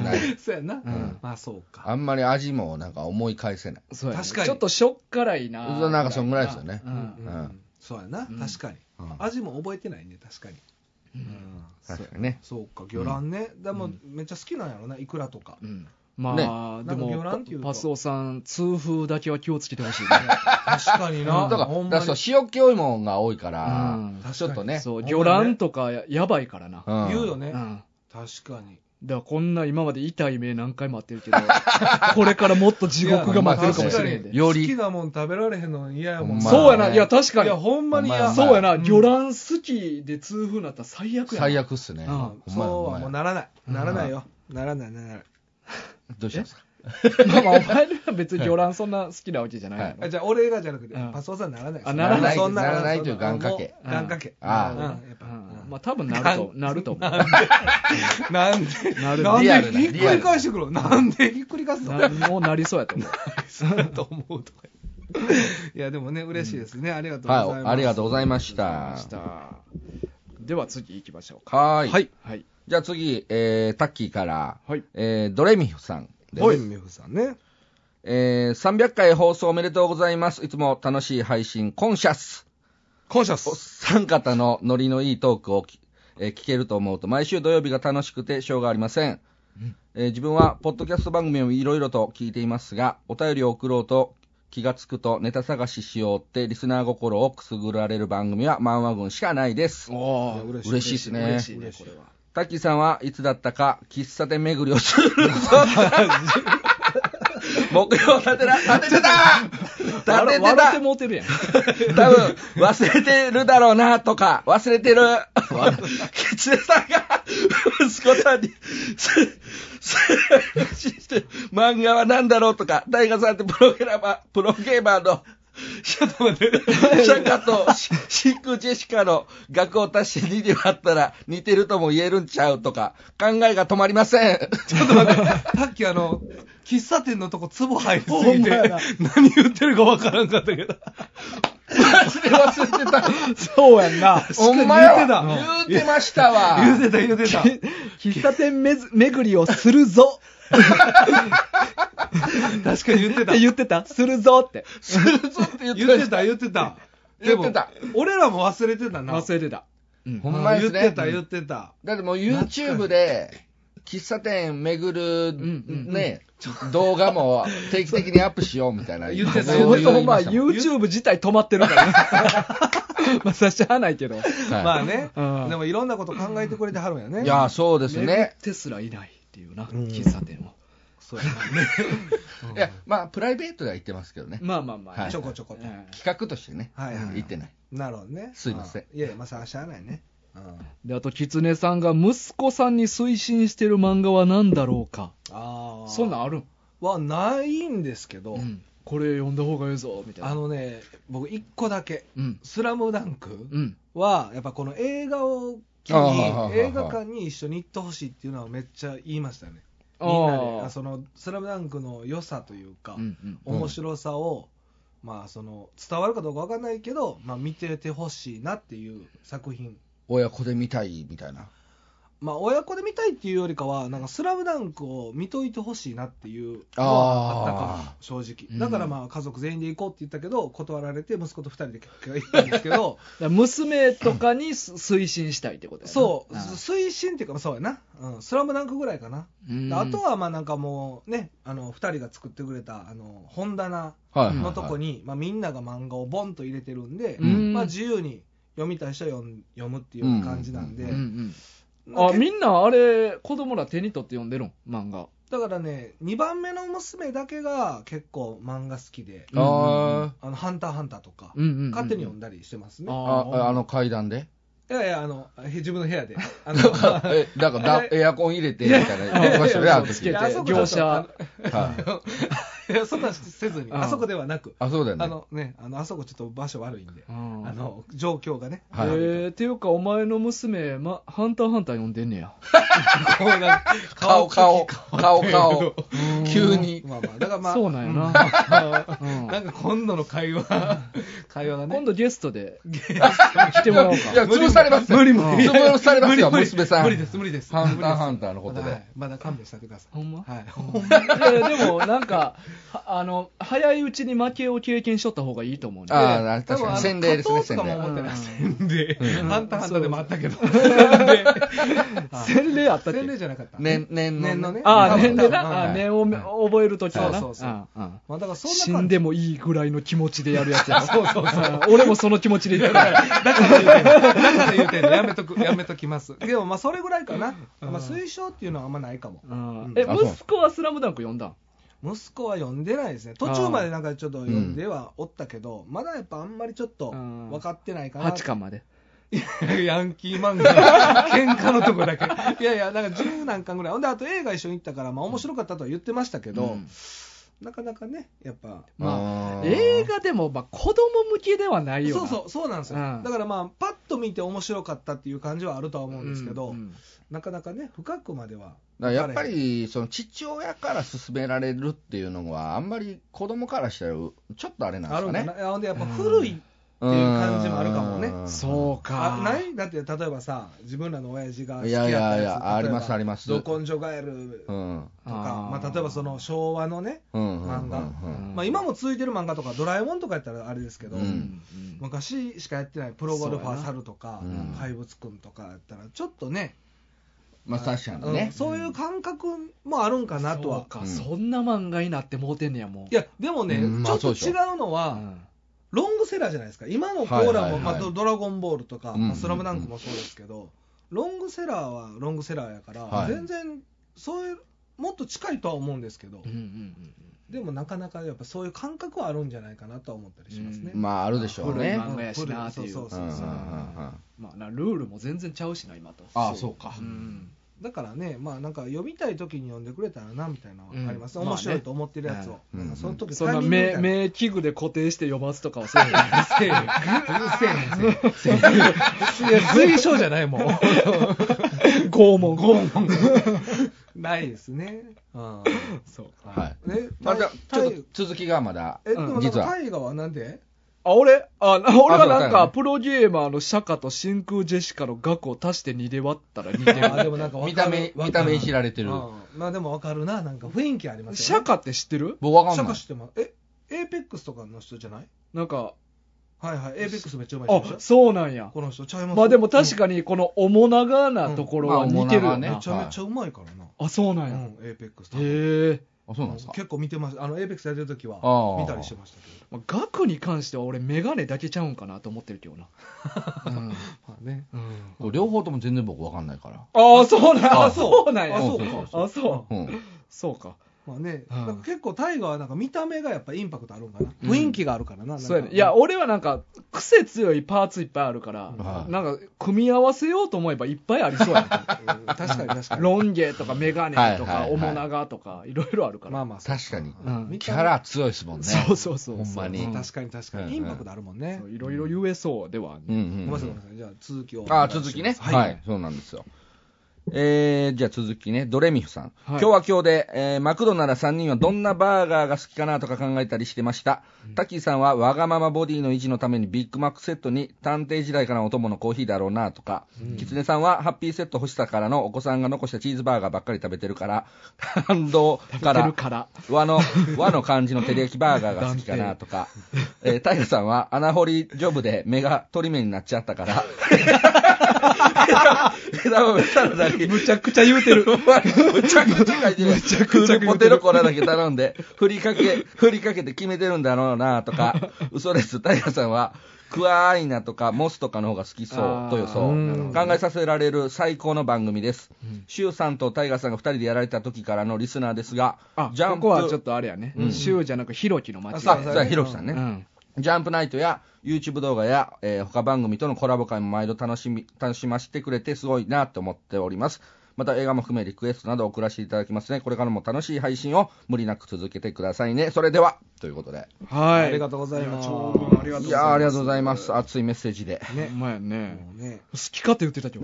ない。 そうやな。まあそうか。 あんまり味もなんか思い返せない。 そうや。確かに。ちょっとしょっ辛いな。 なんかそんぐらいですよね。 そうやな。確かに。味も覚えてないね、確かに。 確かにね。 そうか、魚卵ね。でもめっちゃ好きなんやろな、イクラとか。 まあ、でもパスオさん痛風だけは気をつけてほしいね。 確かにな。 だからそう塩気多いもんが多いからちょっとね。 そう、魚卵とかやばいからな。 言うよね。確かに。 だからこんな今まで痛い目何回もあってるけど、これからもっと地獄が待ってるかもしれんで。 より好きなもん食べられへんの嫌やもん。 そうやな。いや確かに。 いやほんまに嫌。 そうやな。魚卵好きで痛風になったら最悪やな。 最悪っすね。 そうはもうならない。ならないよ。ならないならない。 どうしたんですか？ まあまあお前は別に魚卵そんな好きなわけじゃないの。 じゃあ俺がじゃなくてパスオさんならない。 あ、ならない。ならないという願掛け。 願掛け。 ああ。まあ多分なるとなると思う。 なんでなんでひっくり返してくる。なんでひっくり返すの？ もうなりそうやと思う。 そうやと思うとか。いやでもね嬉しいですね。ありがとうございます。 はい、ありがとうございました。 では次行きましょうか。 はい。 はい。はい。 じゃあ次、えー、タッキーから、 はい、 えー、ドレミフさんです。 ドレミフさんね。 えー、さんびゃっかい放送おめでとうございます。いつも楽しい配信、コンシャス。 コンシャス。 お三方のノリのいいトークを、えー、聞けると思うと、毎週土曜日が楽しくてしょうがありません。うんえー、自分は、ポッドキャスト番組をいろいろと聞いていますが、お便りを送ろうと気がつくとネタ探ししようってリスナー心をくすぐられる番組は漫画軍しかないです。 おー、 嬉しい。嬉しいですね。 嬉しいね、これは。 タッキーさんはいつだったか喫茶店巡りをするぞ目標立てら立ててた立ててた笑ってもうてるやん。 多分忘れてるだろうなとか忘れてる吉江さんが息子さんに漫画は何だろうとか大河さんってプロゲーマープロゲーマーのちょっと待って、シャカとシックジェシカの額を足してにで割ったら似てるとも言えるんちゃうとか考えが止まりません。 ちょっと待って、さっきあの喫茶店のとこツボ入りすぎて何言ってるかわからんかったけどジで忘れてた。 そうやんな。 ほんまや。言うてましたわ。 言うてた、言うてた。 喫茶店めず巡りをするぞ。 確かに言ってた。 言ってたするぞって。 するぞって言って言ってた、言ってた。 言ってた。 俺らも忘れてたな。 忘れてた。 ほんまですね。 言ってた、言ってた。 だってもう YouTube で、喫茶店巡るね、動画も定期的にアップしようみたいな。 言ってた。 そもそもまあ YouTube 自体止まってるからね。まあさしゃあないけど。 まあね。でもいろんなこと考えてくれてはるんやね。 いや、そうですね。 テスラいないっていうな、喫茶店を。 そうやね。 いや、まあプライベートでは行ってますけどね。 まあまあまあ。 ちょこちょこと。 企画としてね。行ってない。 なるほどね。 すいません。 いやいや、まあさしゃあないね。 で、あと、狐さんが息子さんに推進してる漫画は何だろうか。 ああ。 そんなんあるんはないんですけど、うん、 これ読んだ方がいいぞ、みたいな。 あのね、僕一個だけ、うん、スラムダンクは、やっぱこの映画を機に、映画館に一緒に行ってほしいっていうのはめっちゃ言いましたね。みんなで、その、スラムダンクの良さというか、うんうん、面白さを、まあ、その、伝わるかどうかわかんないけど、まあ、見ててほしいなっていう作品。 親子で見たいみたいな。 まあ親子で見たいっていうよりかはなんかスラムダンクを見といてほしいなっていうのはあったかも正直。だからまあ家族全員で行こうって言ったけど断られて息子とふたりで結局行ったんですけど娘とかに推進したいってことやな。 そう推進っていうかそうやな、うん、スラムダンクぐらいかな。あとはまあなんかもうねあのふたりが作ってくれたあの本棚のとこに、まあ、みんなが漫画をボンと入れてるんで、まあ、自由に読みたい人は読むっていうような感じなんで、うんうんうんあ、みんなあれ子供ら手に取って読んでるん漫画。 だからねにばんめの娘だけが結構漫画好きで、 あ、うん、 あのハンターハンターとか、うんうんうんうん、勝手に読んだりしてますね。 ああの階段でいやいやあの自分の部屋であのえだからエアコン入れてみたいな言ってましたよねあの時。 業者いやそんなせずにあそこではなくあそうだよねあのねあのあそこちょっと場所悪いんであの状況がね。 はい、えー、っていうかお前の娘、ま、ハンターハンター読んでんねや。 顔顔顔顔急に。 まあまあだからまあそうなんやな。 なんか今度の会話会話がね今度ゲストで来てもらおうか。 いや潰されますよ。 無理無理潰されますよ娘さん。 無理です無理です。 ハンターハンターのことでまだ勘弁してください。 ほんまはい。 ほんまでもなんかあの早いうちに負けを経験しとった方がいいと思うね。 ああ確かに洗礼ですね。 洗礼とかも思ってない洗礼。ハンターハンターでもあったけど。 洗礼あったっけ？ 洗礼じゃなかった。 年年のね。 ああ年でな。年を覚えるときはな。 そうそうそう。まあだからそんな死んでもいいぐらいの気持ちでやるやつや。そうそうそう。俺もその気持ちで言ってる。 だから言うてんの。だから言うてんの。やめとくやめときます。でもまあそれぐらいかな。まあ推奨っていうのはあんまないかも。 え息子はスラムダンク読んだ？ 息子は読んでないですね。途中までなんかちょっと読んではおったけど、まだやっぱあんまりちょっと分かってないかな。 はちかんまで。 ヤンキー漫画喧嘩のとこだけ。いやいやなんか十何巻ぐらい。ほんであと映画一緒に行ったからまあ面白かったとは言ってましたけど、うん、なかなかねやっぱまあ映画でもまあ子供向きではないよな。 そうそうそうなんですよ。うん、だからまあパッと見て面白かったっていう感じはあるとは思うんですけど、うんうん、なかなかね深くまでは。 やっぱりその父親から勧められるっていうのはあんまり子供からしたらちょっとあれなんですかね。 あるんかな。ほんでやっぱ古いっていう感じもあるかもね。 そうか。 あないだって例えばさ自分らの親父が好きやったやつ。いやいやいやありますあります。 ど根性ガエルとか、うん、まあ例えばその昭和のね、うん、漫画、うん、まあ今も続いてる漫画とかドラえもんとかやったらあれですけど、うん、昔しかやってないプロゴルファー猿とか、怪物くんとかやったらちょっとね。 まあ確かにね、 うん、そういう感覚もあるんかなとは。 そうか、うん、そんな漫画になってもうてんねやもう。 いやでもね、うんまあ、ちょっと違うのは、うん、ロングセラーじゃないですか。今のコーラも、はいはいはい、まあ、ドラゴンボールとか、まあ、スラムダンクもそうですけど、うんうん、ロングセラーはロングセラーやから、はい、全然そういうもっと近いとは思うんですけど、うんうんうん、でもなかなかやっぱそういう感覚はあるんじゃないかなとは思ったりしますね。 うん、まああるでしょうね。 漫画やしなっていう。そうそうそうそう。まあなルールも全然ちゃうしな今と。 ああそうか。 うんだからね、まあなんか読みたい時に読んでくれたらなみたいなのがあります、うん、面白いと思ってるやつを、まあね、なんかその時そんな目目器具で固定して読ますとかはそういうのせえへんうるせえねんいや推奨じゃないもん拷問拷問ないですね。あそうはいね、まあ、じゃあちょっと続きがまだえでもなんか大河はなんであ、俺あ、俺はなんか、プロゲーマーのシャカと真空ジェシカの額を足してにで割ったらにであ、でもなんか見た目、見た目いじられてる。 まあでもわかるな。なんか雰囲気ありますよね。 シャカって知ってる？ 僕わかんない。 シャカ知ってます。え、エーペックスとかの人じゃない？ なんか、 はいはい。エーペックスめっちゃうまい人でしょ。 あ、そうなんや。 この人ちゃいます。 まあでも確かにこの面長なところは似てるよな。 めちゃめちゃうまいからな。 あ、そうなんや。 うん、エーペックス。 へえ。 あ、そうなんですか。 結構見てます。あの、エーペックスやってる時は見たりしてましたけど。 まあ、額に関しては俺メガネだけちゃうんかなと思ってるけどな。うん。まあね。 うん。両方とも全然僕わかんないから。 ああ、そうなんや。あ、そうなんや。 あ、そうか。 あ、そう。 うん。 そうか。 まあね、なんか結構タイガーはなんか見た目がやっぱインパクトあるんかな、うん、雰囲気があるからな、 そうやね。いや俺はなんか癖強いパーツいっぱいあるから、うん、なんか組み合わせようと思えばいっぱいありそうやね、 うん、確かに確かにロン毛とかメガネとか面長とかいろいろあるから、 まあまあ確かに、 うん、 キャラ強いですもんね。 そうそうそう、 ほんまに、 確かに確かに、インパクトあるもんね。 いろいろ言えそうでは、 うんうん、ごめんなさいごめんなさい。じゃあ続きを。 あ、続きね、はい、はい、そうなんですよ。えー、じゃあ続きね、ドレミフさん、はい、今日は今日で、えー、マクドならさんにんはどんなバーガーが好きかなとか考えたりしてました、うん、タッキーさんはわがままボディの維持のためにビッグマックセットに探偵時代からのお供のコーヒーだろうなとか、うん、キツネさんはハッピーセット欲しさからのお子さんが残したチーズバーガーばっかり食べてるから感動から和の和の感じの照り焼きバーガーが好きかなとか、えー、タイガさんは穴掘りジョブで目が鳥目になっちゃったから枝豆サラダにむちゃくちゃ言うてる。 むちゃくちゃ書いてる。むちゃくちゃポテトコラだけ頼んで、振りかけ、振りかけて決めてるんだろうなとか、嘘です。タイガさんは、クワーイナとかモスとかの方が好きそうと予想。考えさせられる最高の番組です。シュウさんとタイガさんがふたりでやられた時からのリスナーですが、 ジャンプ。ここはちょっとあれやね。シュウじゃなくヒロキの間違い。 あ、そう、ヒロキさんね。うんジャンプナイトや YouTube 動画や、えー、他番組とのコラボ会も毎度楽しみ、楽しませてくれてすごいなと思っております。また映画も含めリクエストなど送らせていただきますね。これからも楽しい配信を無理なく続けてくださいね。それではということで、 はい、 ありがとうございます。 いやありがとうございます。熱いメッセージで。 ね、まやね。ね好きかって言ってたけど。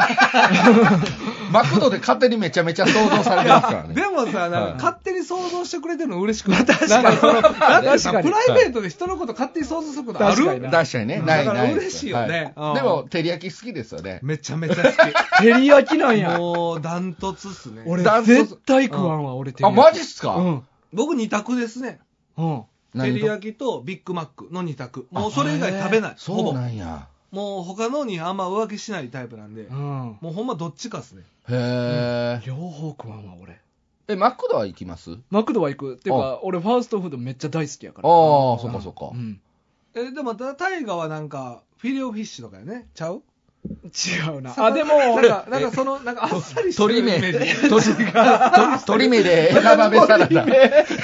マクドで勝手にめちゃめちゃ想像されてますからね。 でもさ、なんか勝手に想像してくれてるの嬉しくない？ 確かに。 プライベートで人のこと勝手に想像することある？ 確かにね。 だから嬉しいよね。 でも照り焼き好きですよね。 めちゃめちゃ好き。 照り焼きなんや。 もうダントツっすね。 俺絶対食わんわ、俺照り焼き。 あ、マジっすか？うん。 僕二択ですね。うん。照り焼きとビッグマックの二択。もうそれ以外食べない。 そうなんや。 もう他のにあんま浮気しないタイプなんで、うん、もうほんまどっちかっすね。 へえ、うん。両方食わんわ、俺。 え、マクドは行きます？ マクドは行く。っていうか、俺ファーストフードめっちゃ大好きやから。 ああ、そっかそっか。うん。 え、でもタイガはなんか、フィレオフィッシュとかやね。ちゃう？ 違うな。あ、でも、 なんか、なんかその、なんかあっさりしてるイメージ。 鳥目。鳥目で枝豆サラダ。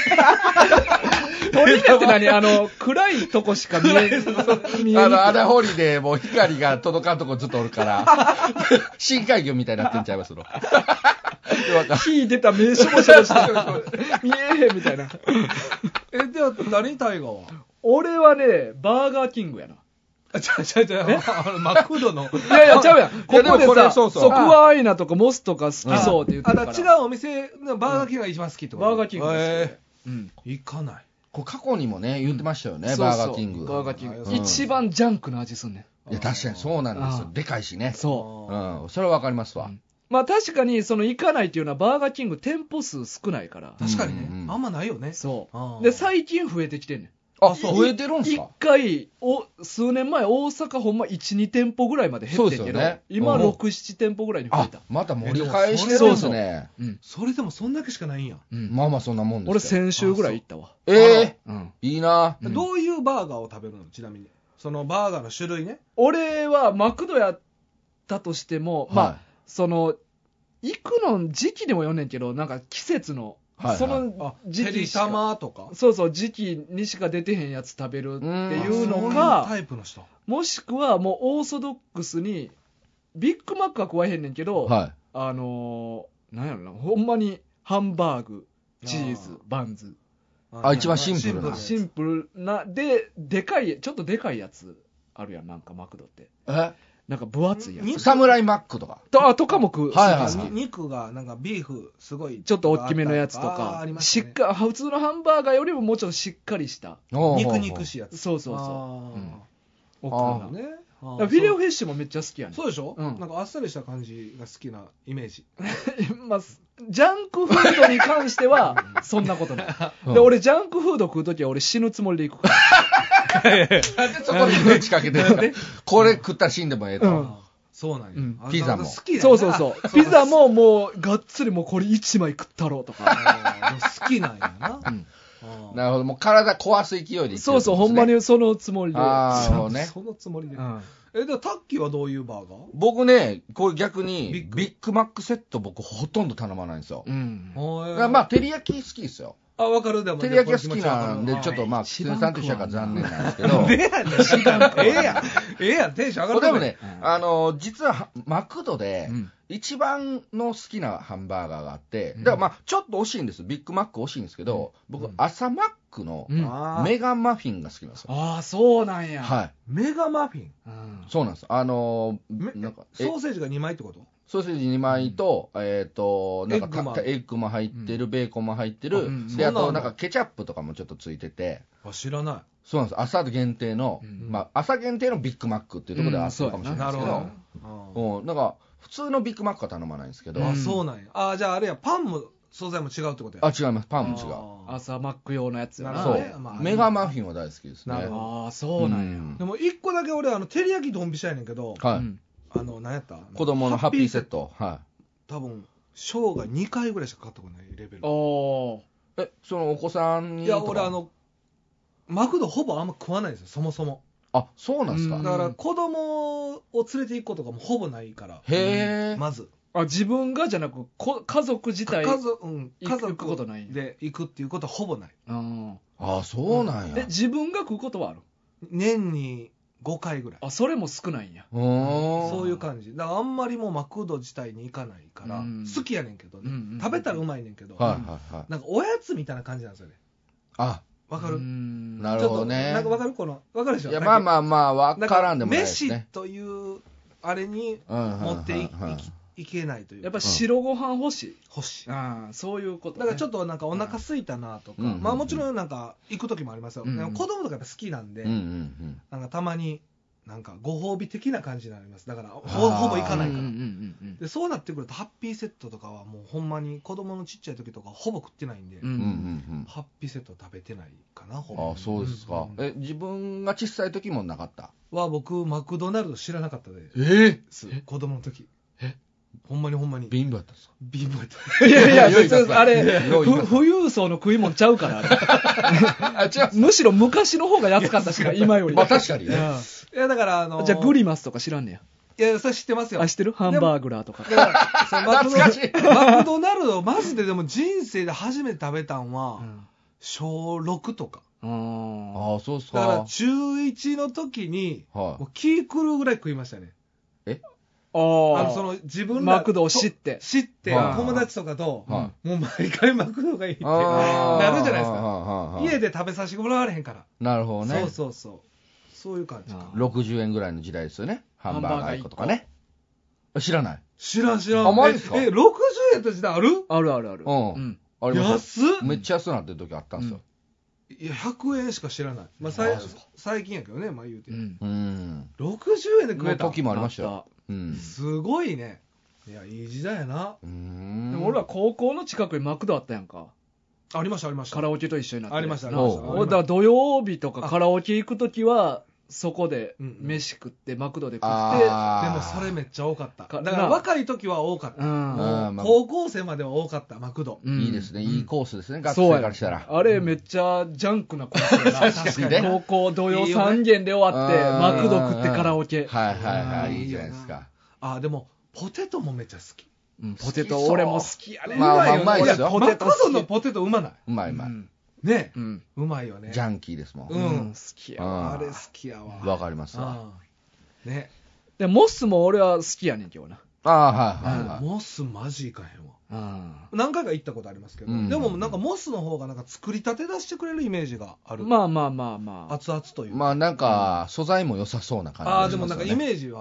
鳥目って何？あの、暗いとこしか見えない。あの、穴掘りでもう光が届かんとこずっとおるから、深海魚みたいになってんちゃいますの。 火出た名所もしょぼして見えへんみたいな。 え、では何タイガは？ 俺はね、バーガーキングやな。 あ、ちゃうちゃうちゃう。マクドの。 いやいや、ちゃうやん。ここでさ、 そうそう。 ソクワイナとかモスとか好きそうって言ってたから。 あ、違うお店のバーガーキングが一番好きってこと？ バーガーキングです。 うん。行かない。 これ過去にもね、言ってましたよね、バーガーキング。 バーガーキング。一番ジャンクの味すんねん。いや、確かにそうなんですよ。でかいしね。 そう。 うん。それはわかりますわ。 まあ確かに、その行かないっていうのはバーガーキング店舗数少ないから。 確かにね。あんまないよね。 そう。で、最近増えてきてんねん。 あ、そう。増えてるんすか？ 一回、お、数年前、大阪ほんまいち、に店舗ぐらいまで減ってんけど、ね、今ろく、なな店舗ぐらいに増えた。 あ、また盛り返してるんですね。 うん。それでもそんだけしかないんや。 うん。まあまあそんなもんです。 俺先週ぐらい行ったわ。 ええー。うん。いいな。 どういうバーガーを食べるの？ちなみに。そのバーガーの種類ね。 俺はマクドやったとしても、まあ、その、行くの時期でもよんねんけど、なんか季節の、はいはい、その時期しかとかそうそう時期にしか出てへんやつ食べるっていうのか、 タイプの人もしくはもうオーソドックスにビッグマックは食わへんねんけど、はい、あのー、なんやろな、ほんまにハンバーグチーズバンズ、 あ、一番シンプルなシンプルなででかいちょっとでかいやつあるやん、なんかマクドってえなんか分厚いやつ。 サムライマックとか。 と、あ、とかも食う。 はいはいはい。 肉が、なんかビーフ、すごい。 ちょっと大きめのやつとか、ね、しっか、普通のハンバーガーよりももうちょっとしっかりした。 肉肉しいやつ。 そうそうそう。うん、 大きなね。 フィレオフィッシュもめっちゃ好きやね。 そうでしょ、うん、なんかあっさりした感じが好きなイメージ。 まあ、ジャンクフードに関しては、そんなことない。うん、で、俺、ジャンクフード食うときは俺死ぬつもりで行くから。 なんでそこに命かけてるのこれ食ったら死んでもええと。うん、 そうなんや、うん。 ピザも。 好きだね。 そうそうそう。ピザももう、がっつりもうこれ一枚食ったろうとか。 好きなんやな。うんなるほど、もう体壊す勢いでいってる、ね、 そうそう、ほんまにそのつもりで。 ああ、ね。 そのつもりで。うん、え、で、タッキーはどういうバーガー？ 僕ね、これ逆に、ビッグ、ビッグマックセット僕ほとんど頼まないんですよ。うん。まあ、照り焼き好きですよ。 あ、わかる。でも照り焼きが好きなんで、ちょっとまあ、キツネさんと一緒が残念なんですけど。 ええやん、知らん。ええやん。ええやん、テンション上がる。 でもね、あの、実は、マクドで、一番の好きなハンバーガーがあって、だからまあ、ちょっと惜しいんです。ビッグマック惜しいんですけど、僕、朝マックのメガマフィンが好きなんですよ。 ああ、そうなんや。 はい。 メガマフィン？ そうなんです。あの、なんか、 ソーセージがにまいってこと？ ソーセージにまいと、うん、えっ、ー、と、なんかエッグも入ってる、うん、ベーコンも入ってる、うん、で、あとなんかケチャップとかもちょっとついてて。 あ、知らない。 そうなんです。朝限定の、うん、まあ、朝限定のビッグマックっていうところではあったかもしれないですけど、うん、うん、なんか、普通のビッグマックは頼まないんですけど。 あ、そうなんや。あ、じゃああれや、パンも、素材も違うってことや。 あ、違います。パンも違う。 朝マック用のやつやな。 そう、まあ。メガマフィンは大好きですね。 ああ、そうなんや。うん、 でも、一個だけ俺、あの、照り焼きドンピシャやねんけど、はい。あの、何やった子供のハッピーセット。はい。 多分生涯にかいぐらいしか買ったことないレベル。 ああ。え、そのお子さんに。 いや、俺あのマクドほぼあんま食わないんですよ、そもそも。 あ、そうなんですか。 だから子供を連れて行くことがもうほぼないから。 へえ。 まず。 あ、自分がじゃなくこ家族自体家族、うん、 家族ことないで行くっていうことはほぼない。 ああ、そうなんや。 え、自分が食うことはある？ 年にごかいぐらい。 あ、それも少ないんや。 そういう感じ。だからあんまりもうマクド自体に行かないから、好きやねんけどね、うんうんうん、食べたらうまいねんけど、はいはいはい、なんかおやつみたいな感じなんですよね。 あ、 わかる？ なるほどね。 なんかわかる？このわかるでしょ？ いや、まあまあまあわからんでもないですね。 飯というあれに持っていきいけないというか、 やっぱ白ご飯欲しい、 欲しい。 ああ、そういうこと、ね、 だからちょっとなんかお腹空いたなとか、うんうんうん、まあもちろんなんか行く時もありますよ、うんうん、子供とかやっぱ好きなんで、うんうんうん、なんかたまになんかご褒美的な感じになります。だから ほ, ほぼ行かないから、うんうんうんうん、でそうなってくるとハッピーセットとかはもうほんまに子供のちっちゃい時とかほぼ食ってないんで、うんうんうん、ハッピーセット食べてないかな。ほぼ。 あ、そうですか、うんうん、え自分が小さい時もなかったは僕マクドナルド知らなかったで、 えー、子供の時。えほんまにほんまに貧乏やったんですか？ 貧乏やった。 いやいや、別にあれ富裕層の食い物ちゃうからあれあ違うむしろ昔の方が安かったしか今より。 まあ確かにね。 いやだからあのー、 じゃあグリマスとか知らんねや。いやそれ知ってますよ。 あ、知ってる？ハンバーグラーとか。 懐かしい。マクドナルドマジででも人生で初めて食べたんは、うん、しょうろくとか。 ああ、そうっすか。 だから中いちの時に、はい、もう気狂うぐらい食いましたね。 えあのその自分らマクドを知って知って、はい、友達とかと、はい、もう毎回マクドがいいってなるじゃないですか。家で食べさせてもらわれへんから。 なるほどね。 そうそうそう。そういう感じか。 ろくじゅうえんぐらいの時代ですよね。ハンバーガーいっことかね。知らない。 知らん知らん。 あ、マジですか？ え、ろくじゅうえんって時代ある？ あるあるある。 うん。うん、あります。 安っ。 めっちゃ安くなってる時あったんですよ。 うん、いや、ひゃくえんしか知らない。まあ、さい最近やけどね、まあ言うて。うん。ろくじゅうえんで食えた。 の時もありましたよ。 うん。すごいね。いや、いい時代やな。 うん。でも俺は高校の近くにマクドあったやんか。 ありましたありました。 カラオケと一緒になって。 ありましたありました。 俺だから土曜日とかカラオケ行くときは、そこで飯食って、うん、マクドで食って。でもそれめっちゃ多かった。だから若い時は多かった。うん、高校生までは多かった、マクド。 うん、いいですね。いいコースですね。学生からしたら。 あれめっちゃジャンクなコースだな。確かにね。高校土曜さんげんで終わって、マクド食ってカラオケ。 はいはいはい。いいじゃないですか。 あ、でも、ポテトもめっちゃ好き。 うん、ポテト俺も好きやね。 まあまあうまいですよ。 マクドのポテトうまない？ うまいうまい。 ね、うん、うまいよね。 ジャンキーですもん。 うん、好きやわ。あれ好きやわ。 わかりますわ。 ね。 でモスも俺は好きやねん今日な。 ああはいはいはい。 モスマジいかへんわ。何回か行ったことありますけど、でもなんかモスの方がなんか作りたて出してくれるイメージがある。 まあまあまあまあ。 熱々というか。 まあなんか素材も良さそうな感じ。 ああでもなんかイメージはある。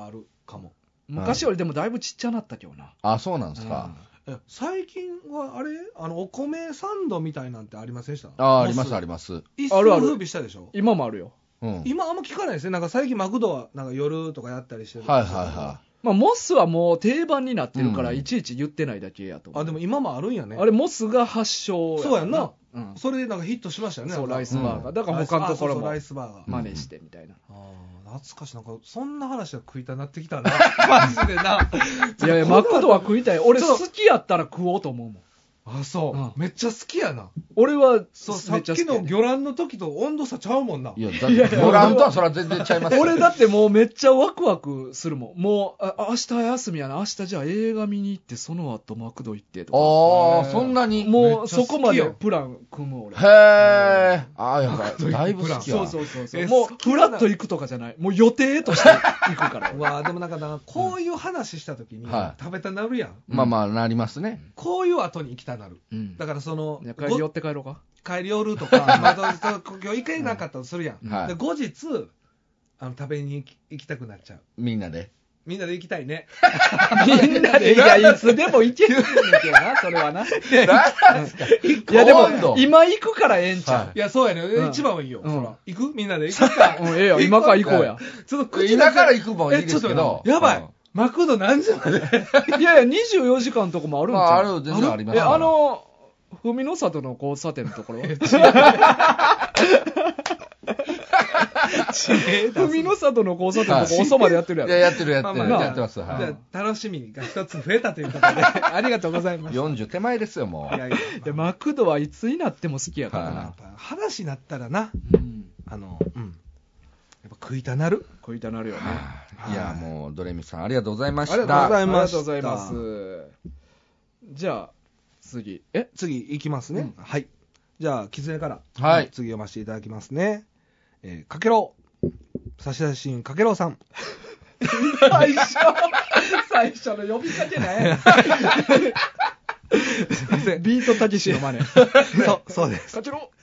かも。 昔よりでもだいぶちっちゃなったけどな。 あ、そうなんですか。 最近はあれあのお米サンドみたいなんてありませんでした？ あ、ありますあります。 一層風靡したでしょ。 今もあるよ。 うん、 今あんま聞かないですね。なんか最近マクドはなんか夜とかやったりしてる。 はいはいはい。 まあ、モスはもう定番になってるから、いちいち言ってないだけやと思う。 あ、でも今もあるんやね。 あれ、モスが発祥や。 そうやんな。 うん、 それでなんかヒットしましたよね。 そう、ライスバーガー。うん、だから他のところも真似してみたいな。 ああ、懐かしい。なんか、そんな話は食いたなってきたな。マジでな。 いやいや、マクドは食いたい。俺好きやったら食おうと思うもん。 あ、そう、うん、めっちゃ好きやな。 俺はそう、さっきの魚卵の時と温度差ちゃうもんな。 いや、だって魚卵とはそれは全然ちゃいますよ。 俺だってもうめっちゃワクワクするもん。もう、あ、明日休みやな。明日じゃあ映画見に行って、その後マクド行ってとか。 ああ、そんなに。 もうそこまでプラン組む俺。 へえ。ああ、やばい。だいぶ好きや。 そうそうそうそう。もうフラッと行くとかじゃない。もう予定として行くから。 うわでもなんかな、こういう話した時に食べたなるやん。 まあまあ、なりますね。 こういう後に行きたなる。だからその帰り寄って帰ろうか。 帰り寄るとか、まあ、今日行けなかったとするやん。はい、で後日あの食べに行きたくなっちゃう。 みんなで。 みんなで行きたいね。 みんなで、いや、いつでも行けるんだけどな、それはな。いや、でも、今行くからええんちゃう。 はい、いや、そうやね。うん、一番はいいよ。うん、そら行くみんなで行くか。 うん、ええよ、今から行こうや。 ちょっと今から行くもんいいですけど。 やばい。マクド何時までいやいや、にじゅうよじかんとこもあるんちゃう。 まあ、ある、全然あります。 え、あの、文の里の交差点のところ文の里の交差点のとこ遅までやってるやろ。 いや、やってるやってる。まあまあやってます。 はい、じゃあ、楽しみが一つ増えたということで、ありがとうございます。 よんじゅう手前ですよ、もう。いやいやで、マクドはいつになっても好きやからな。 話になったらな、うん、あの、うん。やっぱ食いたなる。 食いたなるよね。 いや、もう、ドレミさん、ありがとうございました。 ありがとうございます。 ありがとうございます。じゃあ、次。 え次いきますね。うん、はい。じゃあ、キツネから。 はい。 次読ませていただきますね。えー、かけろう。差出人かけろうさん。 最初、最初の呼びかけない。 すいません。 ビートたけしの真似。 そう、そうです。 かけろ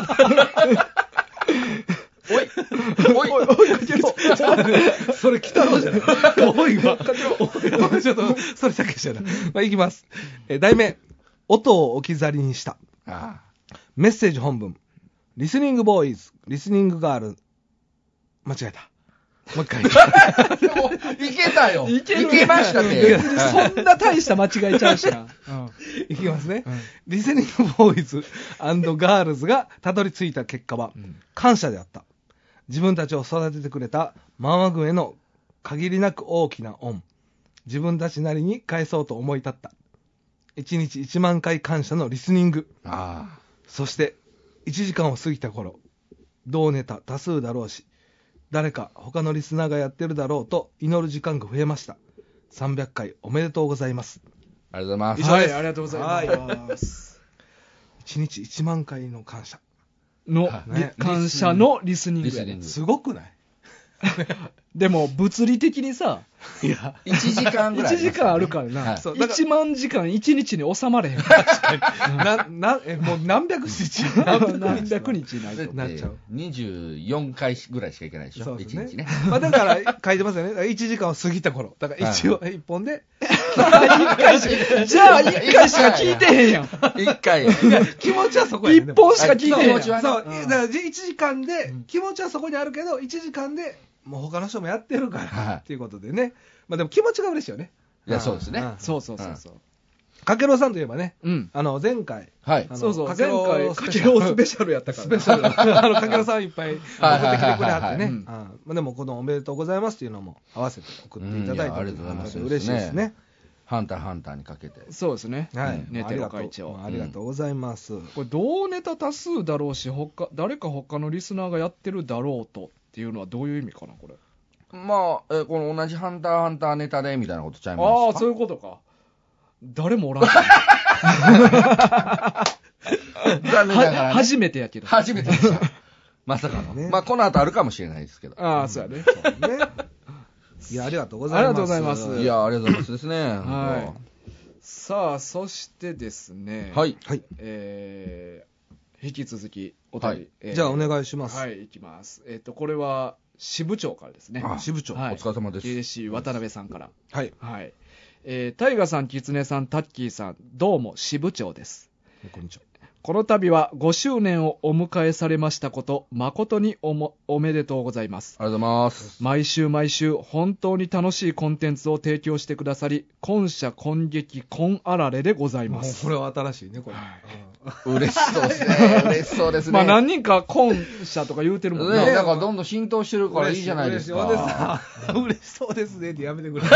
おいおいおいかけろそれ来たろじゃない。おいわ。かけろおいちょっと、それだけじゃない。まあ、いきます。えー、題名。音を置き去りにした。ああメッセージ本文。リスニングボーイズ、リスニングガール。間違えた。もう一回。 いけたよ。 いける。 いけましたね。 そんな大した間違えちゃうしな。 うん、いきますね。うん、リスニングボーイズ&ガールズがたどり着いた結果は、うん、感謝であった。自分たちを育ててくれたママ軍への限りなく大きな恩。自分たちなりに返そうと思い立った。いちにちいちまんかい感謝のリスニング。ああ。そしていちじかんを過ぎた頃、同ネタ多数だろうし、誰か他のリスナーがやってるだろうと祈る時間が増えました。さんびゃっかいおめでとうございます。 ありがとうございます。 以上です。はい、ありがとうございます。 いちにちいちまんかいの感謝の、ね、感謝のリスニングやね。 すごくない？ でも物理的にさ、 いやいちじかんぐらい、 いちじかんあるからな、はい、そういちまんじかんいちにちに収まれへんななえもう何百日何百日になるとなっちゃう。にじゅうよんかいぐらいしかいけないでしょ。そうですね、いちにちね。 まあ、だから書いてますよね。いちじかんを過ぎた頃だから一応いっぽんでじゃあいっかいしか聞いてへんやん。 いっかい気持ちはそこやね。 いっぽんしか聞いてへんやん。 そう、だからいちじかんで気持ちはそこにあるけどいちじかんでもう他の人もやってるからっていうことでね。まあでも気持ちが嬉しいよね。 いや、そうですね。 そうそうそうそう。 かけろうさんといえばね、うん、あの前回、 はい、 そうそう、前回かけろうスペシャルやったから、 スペシャル、あのかけろうさんいっぱい送ってきてくれはってね、まあでもこのおめでとうございますっていうのも合わせて送っていただいて、ありがとうございます。嬉しいですね。 ハンターハンターにかけて。 そうですね。 はい。 ネテロ会長。 ありがとうございます。 これ同ネタ多数だろうし、他誰か他のリスナーがやってるだろうとっていうのはどういう意味かなこれ。 まあ、えこの同じハンターハンターネタでみたいなことちゃいますか。 ああ、そういうことか。誰もおらん。 残念ながら、ね、 初めてやけど。 初めてでした。まさかの。ね、まあ、この後あるかもしれないですけど。 ああ、そうやね。そうね。 いや、ありがとうございます。 ありがとうございます。 いや、ありがとうございますですね。 はい。さあ、そしてですね。 はい。はい。 えー、引き続きお便り、はいえー、じゃあお願いします。 はい、いきます。えっ、ー、と、これは、 支部長からですね。 あ、支部長、はい、お疲れ様です。 ケーシー 渡辺さんから。 はい、 はい。えー、タイガさん、キツネさん、タッキーさん、どうも支部長です。 こんにちは。 この度はごしゅうねんをお迎えされましたこと、誠に お, もおめでとうございます。 ありがとうございます。 毎週毎週本当に楽しいコンテンツを提供してくださり、今社今劇今あられでございます。 もうこれは新しいね、これ。 嬉しそうですね。嬉しそうですね。 まあ何人か今社とか言うてるもんね。 ね、なんかどんどん浸透してるからいいじゃないですか。 嬉しそうですねってやめてくれ。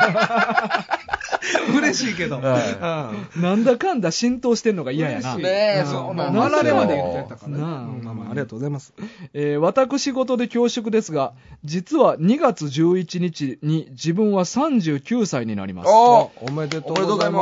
嬉しいけど、 はい、なんだかんだ浸透してんのが嫌やな。 ねえ、そうなんですよ。 あられまで言ってたからね。まあまあ、ありがとうございます。 えー、私事で恐縮ですが、実はにがつじゅういちにちに自分はさんじゅうきゅうさいになります。 おめでとうございます。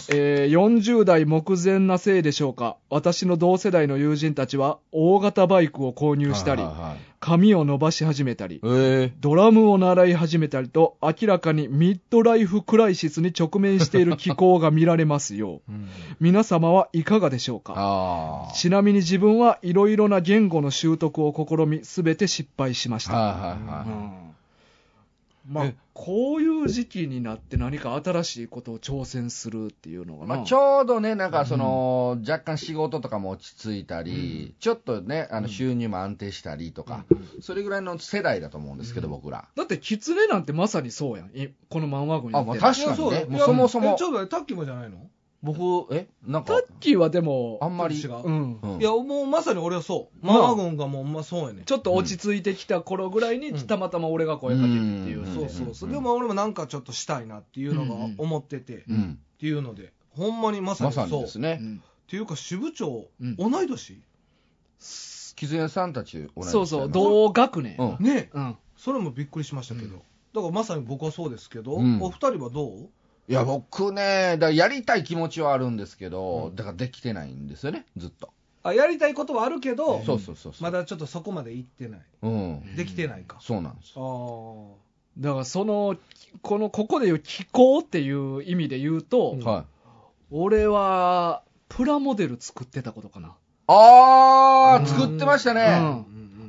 えー、よんじゅうだい目前なせいでしょうか。私の同世代の友人たちは大型バイクを購入したり、はいはいはい、髪を伸ばし始めたり、えー、ドラムを習い始めたりと、明らかにミッドライフクライシスに直面している傾向が見られますよ、うん、皆様はいかがでしょうか。あ、ちなみに自分はいろいろな言語の習得を試み、すべて失敗しました。はいはいはい、うん、まあ、こういう時期になって何か新しいことを挑戦するっていうのがな、 まあ、ちょうどね、なんかその、うん、若干仕事とかも落ち着いたり、うん、ちょっとね、あの収入も安定したりとか、うん、それぐらいの世代だと思うんですけど、うん、僕ら。 だってキツネなんてまさにそうやん、この漫画軍に。 あ、まあ、確かにね、もうそもそも。 ちょうどタッキーもじゃないの？ 僕、えなんかタッキーはでもあんまり違う、うんうん、いやもうまさに俺はそうママ軍がもうまあそうやね、 ちょっと落ち着いてきた頃ぐらいに、うん、たまたま俺が声かけるっていう、うん、 そうそうそう、うん、でも俺もなんかちょっとしたいなっていうのが思ってて、うん、っていうのでほんまにまさにそう、まさにですね、うん、っていうか支部長、うん、同い年キズネさんたち同い年、 そうそう同学年、 うん、ね、うん、それもびっくりしましたけど、うん、だからまさに僕はそうですけど、うん、お二人はどう？ いや僕ね、だやりたい気持ちはあるんですけど、うん、だからできてないんですよね、ずっと。 あ、やりたいことはあるけど、 そうそうそうそう、 まだちょっとそこまで行ってない、うん、できてないか。 そうなんです。 あ、だからそのこのここでいう気候っていう意味で言うと、うん、はい、俺はプラモデル作ってたことかな。 あー、作ってましたね、うん、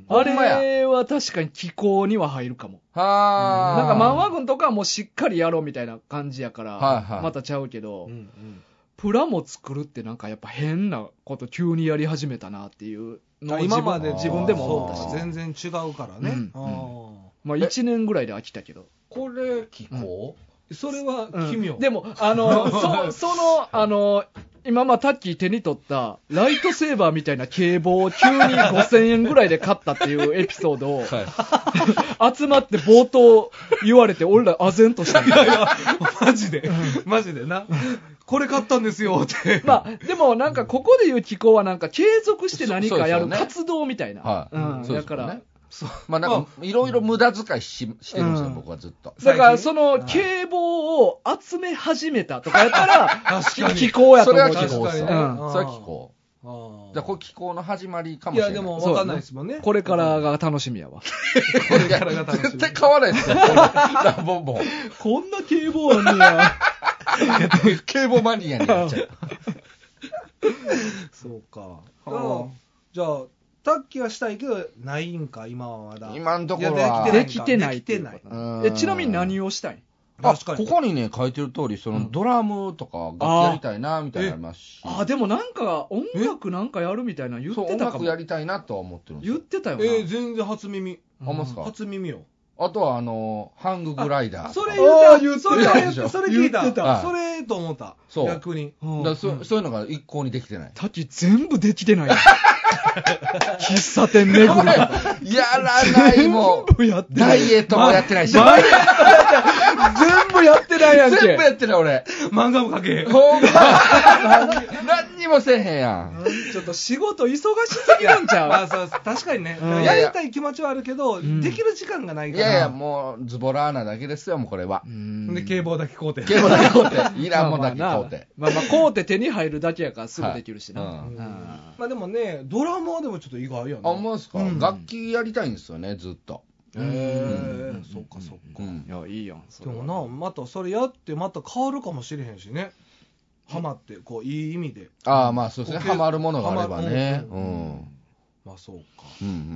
あれは確かに気候には入るかも。はー、なんか漫画軍とかはもうしっかりやろうみたいな感じやから、はいはい、またちゃうけど、うんうん、プラも作るってなんかやっぱ変なこと急にやり始めたなっていうのを今まで自分でも思ったし、 全然違うからね、うん、 あ、まあいちねんぐらいで飽きたけど。 これ気候、 うん、それは奇妙、 うん、でもあの そ, そのあの今まあタッキー手に取ったライトセーバーみたいな警棒を急にごせんえんぐらいで買ったっていうエピソードを、はい、集まって冒頭言われて俺ら唖然とした。いやいやマジでマジでな、これ買ったんですよってまあでもなんかここで言う機構はなんか継続して何かやる活動みたいな、はい、うん、だから、 そう、まあなんかいろいろ無駄遣い し, してるんですよ、うん、僕はずっと。 だからその警棒を集め始めたとかやったら気候やと思うけど、 それは気候ですよ、ね、うん、それは気候。あ、じゃあこれ気候の始まりかもしれない。いやでも分かんないですもんね。 これからが楽しみやわ。これからが楽しみ。絶対買わないですよ。ボンボン。 こんな警棒あんねや。 警棒マニアになっちゃう。 そうか。じゃあタッキーはしたいけどないんか今はまだ。 今のところはできてない。できてない。え、ちなみに何をしたい？ あ、ここにね書いてる通りそのドラムとか楽器やりたいなみたいなのありますし、 ああでもなんか音楽なんかやるみたいな言ってたかも。 そう、音楽やりたいなとは思ってるんですよ。 言ってたよな。 えー、全然初耳。 あんますか？ 初耳よ。 あとはあのハンググライダー。 それ言った言ってた。それ聞いた。たそれと思った。そう。逆に。 だ そ, うん、そういうのが一向にできてない。 タキ全部できてない。喫茶店巡りとか。 やらないもん。全部やってない。ダイエットもやってないし。 全部やってないやんけ。 全部やってない俺。 漫画も描けへん。 ほんま。何にもせえへんやん。 ちょっと仕事忙しすぎるんちゃう。 まあそう確かにね、うん。やりたい気持ちはあるけど、うん、できる時間がないから。 いやいやもうズボラーなだけですよもうこれは。 うん、で警棒だけ買うて。 警棒だけ買うて。いらんもんだけ買うて。 まあまあ買うて手に入るだけやからすぐできるしな。はい、うん、 まあでもねドラマはでもちょっと意外やね。 あ、ほんまですか、うん、楽器やりたいんですよねずっと。 へえ、うん、そっかそっか、うん、 いやいいやん。 でもなまたそれやってまた変わるかもしれへんしね。ハマってこういい意味で。 ああまあそうですね、ハマるものがあればね。うん、うん、 まあそうか。 うんうん。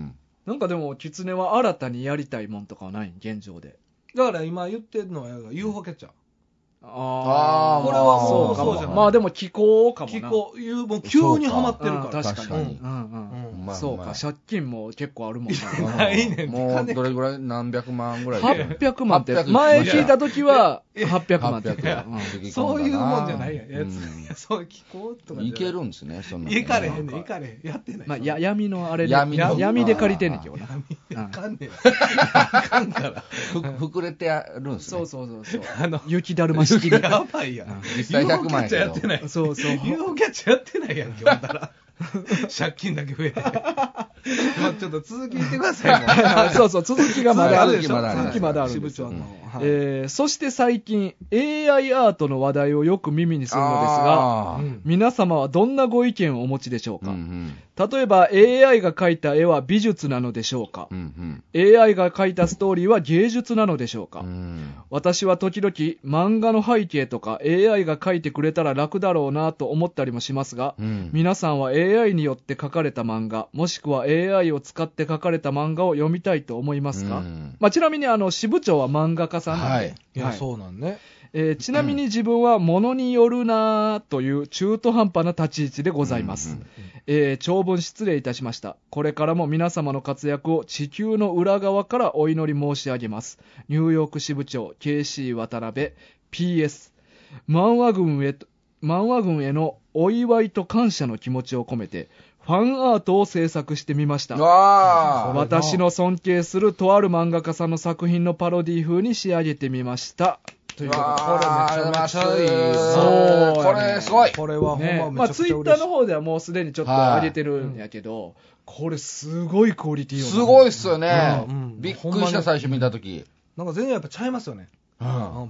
なんかでも狐は新たにやりたいもんとかはないん現状で。 だから今言ってるのは ユーフォー キャッチャー。 ああ、 これはもうそうそうじゃない。 まあでも気候かもな。 気候、もう急にハマってるから。 確かに。うんうん。そうか、借金も結構あるもんな。ないねん。 もうどれぐらい何百万ぐらい。 はっぴゃくまんって、前聞いた時ははっぴゃくまんって。 そういうもんじゃないやつ。そう気候とか。 いけるんですね、そんな。 いかれへんねん、いかれへん。やってない。 まあ闇のあれで、闇で借りてんねんけどな。 あかんねん。あかんから。 膨れてやるんすね。 そうそうそうそう。あの雪だるま式に。 やばいやん。 実際ひゃくまんやけど。 ユーフォー キャッチャーやってない。 そうそう。 ユーフォー キャッチャーやってないやんけ、ほんだら。借金だけ増えて。まあちょっと続き言ってくださいもん。 そうそう、続きがまだあるでしょ。 続きまだある。 支部長の。 えー、そして最近 エーアイ アートの話題をよく耳にするのですが、皆様はどんなご意見をお持ちでしょうか。うんうん、例えば エーアイ が描いた絵は美術なのでしょうか、うんうん、エーアイ が描いたストーリーは芸術なのでしょうか、うん、私は時々漫画の背景とか エーアイ が描いてくれたら楽だろうなと思ったりもしますが、うん、皆さんは エーアイ によって描かれた漫画もしくは エーアイ を使って描かれた漫画を読みたいと思いますか、うんまあ、ちなみにあの支部長は漫画家さんなんで、 はい、いやそうなんね、 えー、ちなみに自分はものによるなという中途半端な立ち位置でございます、うんうんえー、長文失礼いたしました。これからも皆様の活躍を地球の裏側からお祈り申し上げます。ニューヨーク支部長 ケーシー 渡辺 ピーエス 漫画軍へ漫画軍へのお祝いと感謝の気持ちを込めてファンアートを制作してみました。 わ私の尊敬するとある漫画家さんの作品のパロディ風に仕上げてみましたということで、 これめちゃめちゃいい。 そう、これすごい。 これはほんまめちゃくちゃ嬉しい。 ね、まあツイッターの方ではもうすでにちょっと上げてるんやけど、これすごいクオリティよ。 すごいっすよね。うん、びっくりした最初見たとき。 なんか全然やっぱちゃいますよね。うん、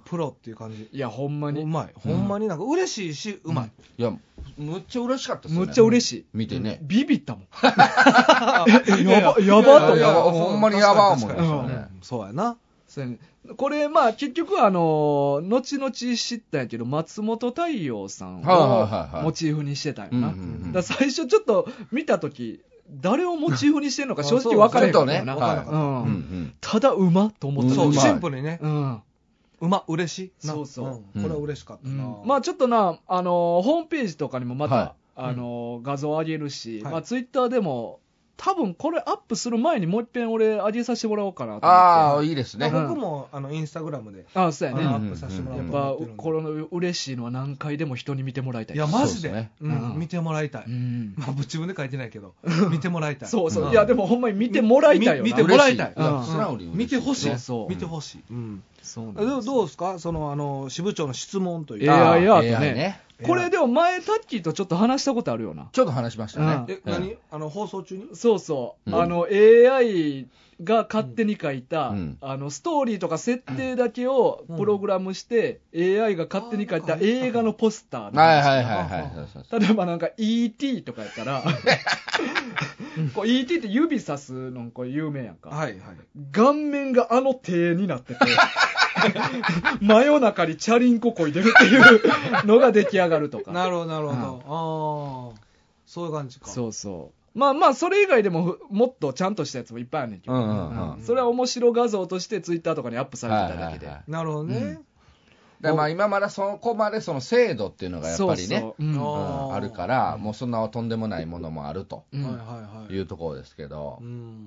プロっていう感じ。 いやほんまにうまい。ほんまになんか嬉しいし、うまい。 いやむっちゃ嬉しかったっすね。 むっちゃ嬉しい。 見てね。 ビビったもん。やばやばと。 やばほんまにやば思いましたね。 そうやな。 これまあ結局あの後々知ったんやけど松本太陽さんをモチーフにしてたんやな。だから最初ちょっと見た時誰をモチーフにしてるのか正直分からへんかったよな。ただうまと思った。 そうシンプルにね。うんうま嬉しい。 そうそう。 これは嬉しかったな。 まあちょっとなあのホームページとかにもまたあの画像上げるし、まあツイッターでも。多分これアップする前にもう一遍俺上げさせてもらおうかなと思って。 ああいいですね。 僕もあのインスタグラムでああそうやねアップさせてもらおうと思ってるんで。 やっぱこの嬉しいのは何回でも人に見てもらいたい。 いやマジで、うん、見てもらいたい。まあ自分で書いてないけど見てもらいたい。 そうそう。いやでもほんまに見てもらいたいよな。 見てもらいたい。 見てほしい。見てほしい。そうなんです。どうですかそのあの支部長の質問というか。エーアイ アートね。これでも前タッキーとちょっと話したことあるよな。 ちょっと話しましたね。 え何あの放送中に？ そうそう。あの エーアイ が勝手に書いたあのストーリーとか設定だけをプログラムして エーアイ が勝手に書いた映画のポスター。 はいはいはいはい。 例えばなんか イーティー とかやったらこう イーティー って指さすのこれ有名やんか。はいはい。顔面があの手になってて。真夜中にチャリンコこいでるっていうのが出来上がるとか。 なるほどなるほど、うん、ああそういう感じか。 そうそうまあまあそれ以外でももっとちゃんとしたやつもいっぱいあるねんけど、うんうんうん、それは面白画像としてツイッターとかにアップされてただけで、はいはいはい、 なるほどね、うんでまあ今まだそこまでその精度っていうのがやっぱりね、そうそう、うんうん、あるから、もうそんなとんでもないものもあるというところですけど、うん、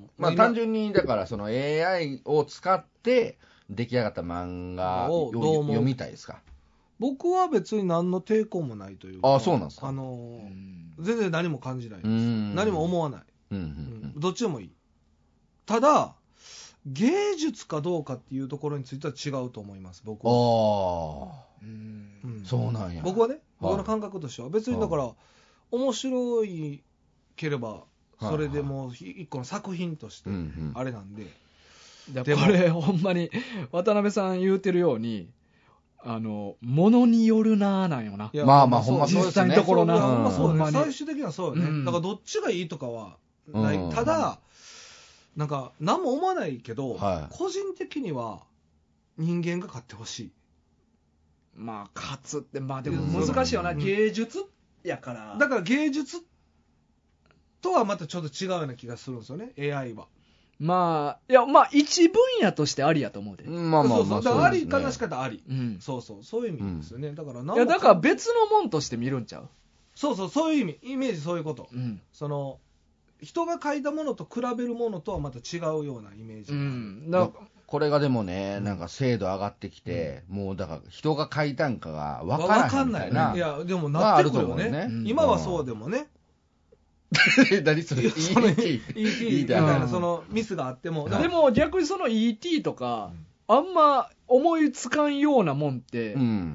まあ単純にだからその エーアイ を使って出来上がった漫画を読みたいですか？ 僕は別に何の抵抗もないというか。 ああそうなんですか。 あのー、全然何も感じないです。何も思わない、うんうんうん、どっちでもいい。ただ芸術かどうかっていうところについては違うと思います僕は。 ああ、うん、そうなんや。 僕はね、僕の感覚としては別にだから面白いければそれでもう一個の作品としてあれなんで、 うんうん、でこれほんまに渡辺さん言うてるようにあのものによるなーなんよな。 まあまあほんまそうですね。 実際のところな、 ほんまそうね。最終的にはそうよね、うん、だからどっちがいいとかはない、うん、ただなんか何も思わないけど、はい、個人的には人間が勝ってほしい。 まあ勝つってまあでも難しいよな、うん、芸術やから。 だから芸術とはまたちょっと違うような気がするんですよね エーアイ は。 まあ、いや、まあ、一分野としてありやと思うで。 まあまあまあ、 そうそう。だからありかなしか。 方あり。うん。そうそう。そういう意味ですよね。うん、だからなんいや、だから別のもんとして見るんちゃう？ そうそう、そういう意味。イメージそういうこと。うん。その、人が書いたものと比べるものとはまた違うようなイメージ。うん。 だからこれがでもね、なんか精度上がってきて、うん、もうだから人が書いたんかが分からないみたいな。 いや、でもなってくるよね。ね、うん、今はそうでもね。 何それ イーティーイーティー みたいなそのミスがあっても、 でも逆にその イーティー とか、うん、あんま思いつかんようなもんって、うん、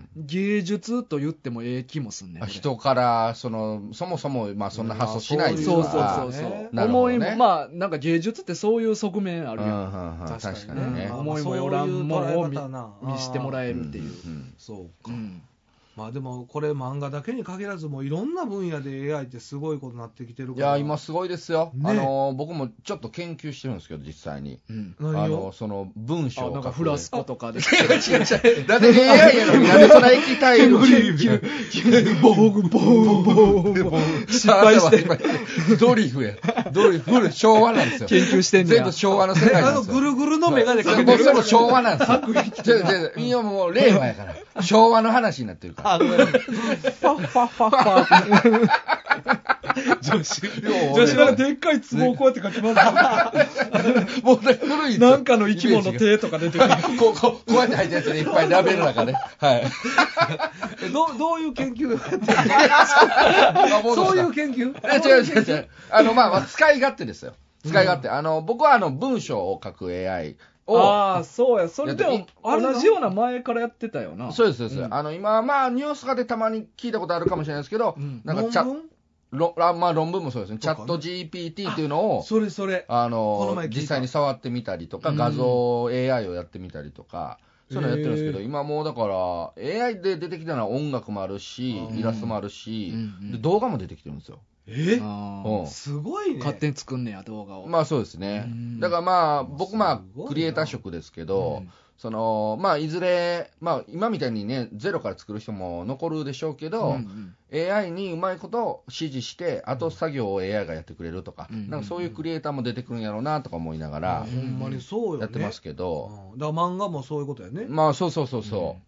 芸術と言ってもええ気もすんねん。 人からそのそもそもまあそんな発想しないですから、 そうそうそうそう、ね、思いもまあなんか芸術ってそういう側面あるやん、うんうんうん、確かにね、 思いもよらんものを 見, 見してもらえるっていう、うんうん、 そうか、うん、まあでもこれ漫画だけに限らずもういろんな分野で エーアイ ってすごいことになってきてるから。 いや今すごいですよ、ね、あの僕もちょっと研究してるんですけど実際に、うん、あのその文章を書く、 なんかフラスコとかでだって エーアイ やのになんでそんな液体のボーボーボーボー失敗してドリフやドリフ昭和なんですよ。 研究してんねや。 全部昭和の世界なんですよ。 あのぐるぐるのメガネかけてる。 それも昭和なんですよ。今もう令和やから昭和の話になってるから。 あ、ごめん。ファッファッファッファッ女子女子がでっかい壺をこうやって書きますもう古いなんかの生き物の手とか出てくるこうこうこうやって入ったやつでいっぱいラベルの中ねはいど, どういう研究やってるそういう研究違う違う違うあのまあ使い勝手ですよ使い勝手、うん、あの僕はあの文章を書く エーアイああそうやそれでも同じような前からやってたよな。 そうですそうです、うん、あの今まあニュース化でたまに聞いたことあるかもしれないですけど、うん、なんかチャ論文まあ論文もそうですね、チャット ジーピーティー っていうのをそれそれあの実際に触ってみたりとか、画像 エーアイ をやってみたりとか、そういうのやってるんですけど、今もうだから エーアイ で出てきたのは音楽もあるし、イラストもあるし、で動画も出てきてるんですよ。 えー、すごいね。 勝手に作んねや動画を。 まあそうですね。だからまあ僕まあクリエイター職ですけど、うん、そのまあいずれまあ今みたいにねゼロから作る人も残るでしょうけど、うんうん、エーアイ にうまいこと指示して後作業を エーアイ がやってくれるとか、うん、なんかそういうクリエイターも出てくるんやろうなとか思いながら、 うん、ほんまにそうよね。 やってますけど、 うん、だから漫画もそういうことやね。 まあそうそうそうそう。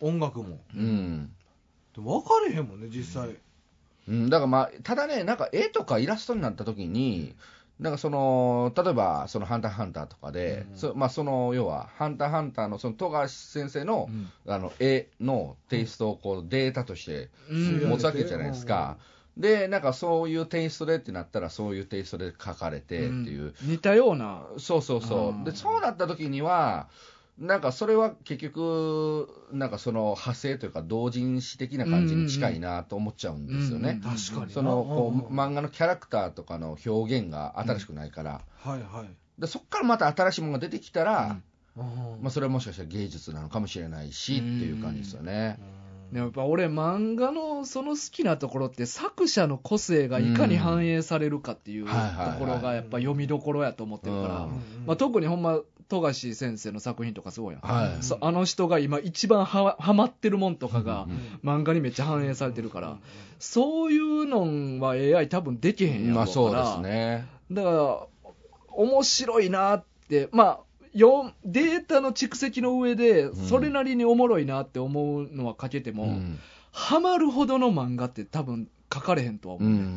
うん、音楽も。 うん。 でも分かれへんもんね実際。 うん、だからまあただねなんか絵とかイラストになった時になんかその例えばそのハンターハンターとかで、うん、そまあその要はハンターハンターのその富樫先生の、うん、あの絵のテイストをこうデータとして持つわけじゃないですか。うん、でなんかそういうテイストでってなったらそういうテイストで描かれてっていう、 うん、似たようなそうそうそうでそうなった時にはなんかそれは結局なんかその派生というか同人誌的な感じに近いなと思っちゃうんですよね。 確かに。 そのこう漫画のキャラクターとかの表現が新しくないから、 うん、はいはい。 でそこからまた新しいものが出てきたら、うん、まあそれはもしかしたら芸術なのかもしれないしっていう感じですよね。 うん、やっぱ俺漫画のその好きなところって作者の個性がいかに反映されるかっていうところがやっぱ読みどころやと思ってるから、まあ、特にほんま富樫先生の作品とかすごいやん、はい、あの人が今一番はハマってるもんとかが漫画にめっちゃ反映されてるから、そういうのは エーアイ 多分できへんやろうから、まあそうですね、だから面白いなってまあよデータの蓄積の上でそれなりにおもろいなって思うのは書けても、うん、ハマるほどの漫画って多分書かれへんとは思うね、うんうんうん、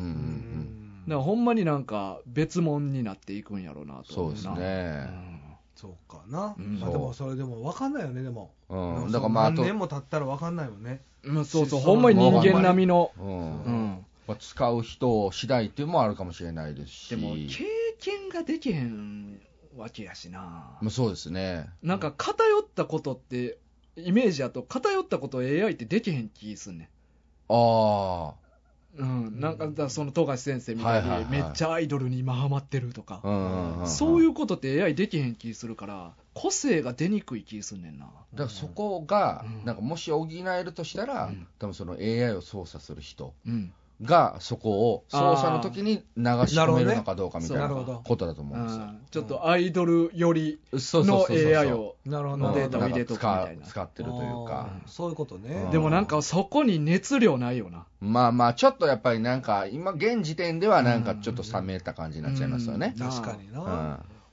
だからほんまになんか別物になっていくんやろうなと思うな。 そうですね、うんそうかな、うん、まあ、でもそれでも分かんないよねでも、 うん、だからまあ何年も経ったら分かんないもんね、 うん、そうそうほんまに人間並みの、うんうんまあ、使う人次第っていうのもあるかもしれないですし、 でも経験ができへんわけやしな、 まあ、そうですね、 なんか偏ったことってイメージやと偏ったことを エーアイ ってできへん気すんねん。 ああうん、なんかだその富樫先生みたいにめっちゃアイドルに今ハマってるとか、そういうことって エーアイ できへん気するから個性が出にくい気すんねんな。だからそこがなんかもし補えるとしたら、うん、多分その エーアイ を操作する人がそこを操作の時に流し込めるのかどうかみたいなことだと思うんですよ。 ちょっとアイドルよりの エーアイ をのデータを入れとくみたいな、 使ってるというか、 そういうことね。 でもなんかそこに熱量ないよな。 まあまあちょっとやっぱりなんか今現時点ではなんかちょっと冷めた感じになっちゃいますよね。 確かにな。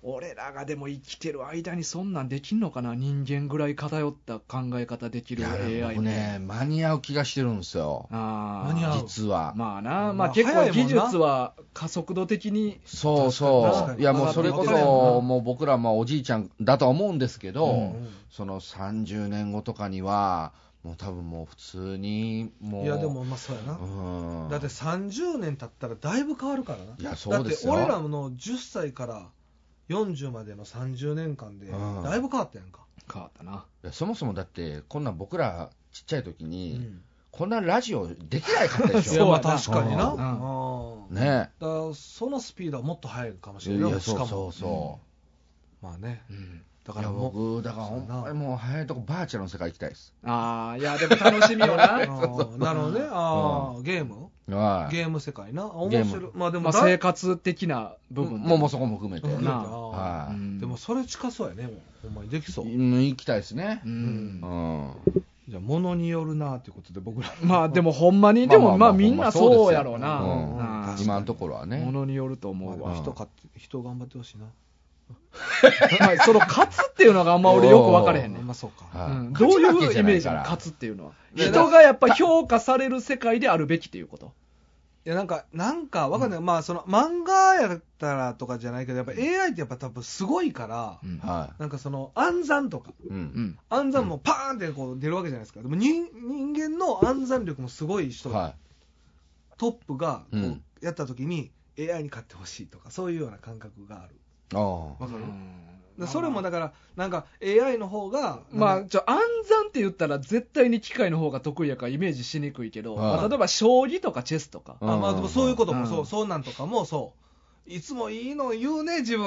俺らがでも生きてる間にそんなんできんのかな、人間ぐらい偏った考え方できる エーアイ。 僕ね、間に合う気がしてるんですよ。 あ間に合う。 実は。 まあな、まあ結構技術は加速度的に。 そうそう。いやもうそれこそ、もう僕らまあおじいちゃんだとは思うんですけど、うん、そのさんじゅうねんごとかには、もう多分もう普通にもう。 いやでもまあそうやな。うん、だってさんじゅうねん経ったらだいぶ変わるからな。 いやそうですよ。 だって俺らのじゅっさいからよんじゅうまでのさんじゅうねんかんでだいぶ変わったやんか。 変わったな。 いやそもそもだってこんなん僕らちっちゃい時に、うん、こんなラジオできないかったでしょ。 いやまあ確かにな。うんうん、ね。 だからそのスピードはもっと速いかもしれない。 いやそうそうそう。 うん、まあね。うんだから僕、だからほんまにもう早いとこバーチャルの世界行きたいです。 ああ、いやでも楽しみよな。 なるほどね。ああ、ゲームゲーム世界な。面白い。 まあでも生活的な部分ももうそこも含めて。 なはい。でもそれ近そうやね。ほんまにできそう。 行きたいですね。 うん。じゃあ物によるなということで僕ら。 まあでもほんまにでもまあみんなそうやろうな。今のところはね。 物によると思うわ。 人人頑張ってほしいな。 はい、その勝つっていうのがあんま俺よく分かれへんねん。 まあそうか、 うん、どういうイメージなの勝つっていうのは。人がやっぱ評価される世界であるべきっていうこと。 いやなんかなんか分かんない、うん、まあその漫画やったらとかじゃないけどやっぱ エーアイ ってやっぱ多分すごいから、うん、なんかその暗算とか、うん、暗算もパーンってこう出るわけじゃないですか。でも 人, 人間の暗算力もすごい人、はい、トップがこうやった時に エーアイ に勝ってほしいとかそういうような感覚がある。 あ分かる。だそれもだからなんか エーアイ の方がまあじゃあ暗算って言ったら絶対に機械の方が得意やからイメージしにくいけど、まあ、例えば将棋とかチェスとか、 あ、まあでもそういうこともそう、うん、そうなんとかもそういつもいいの言うね自分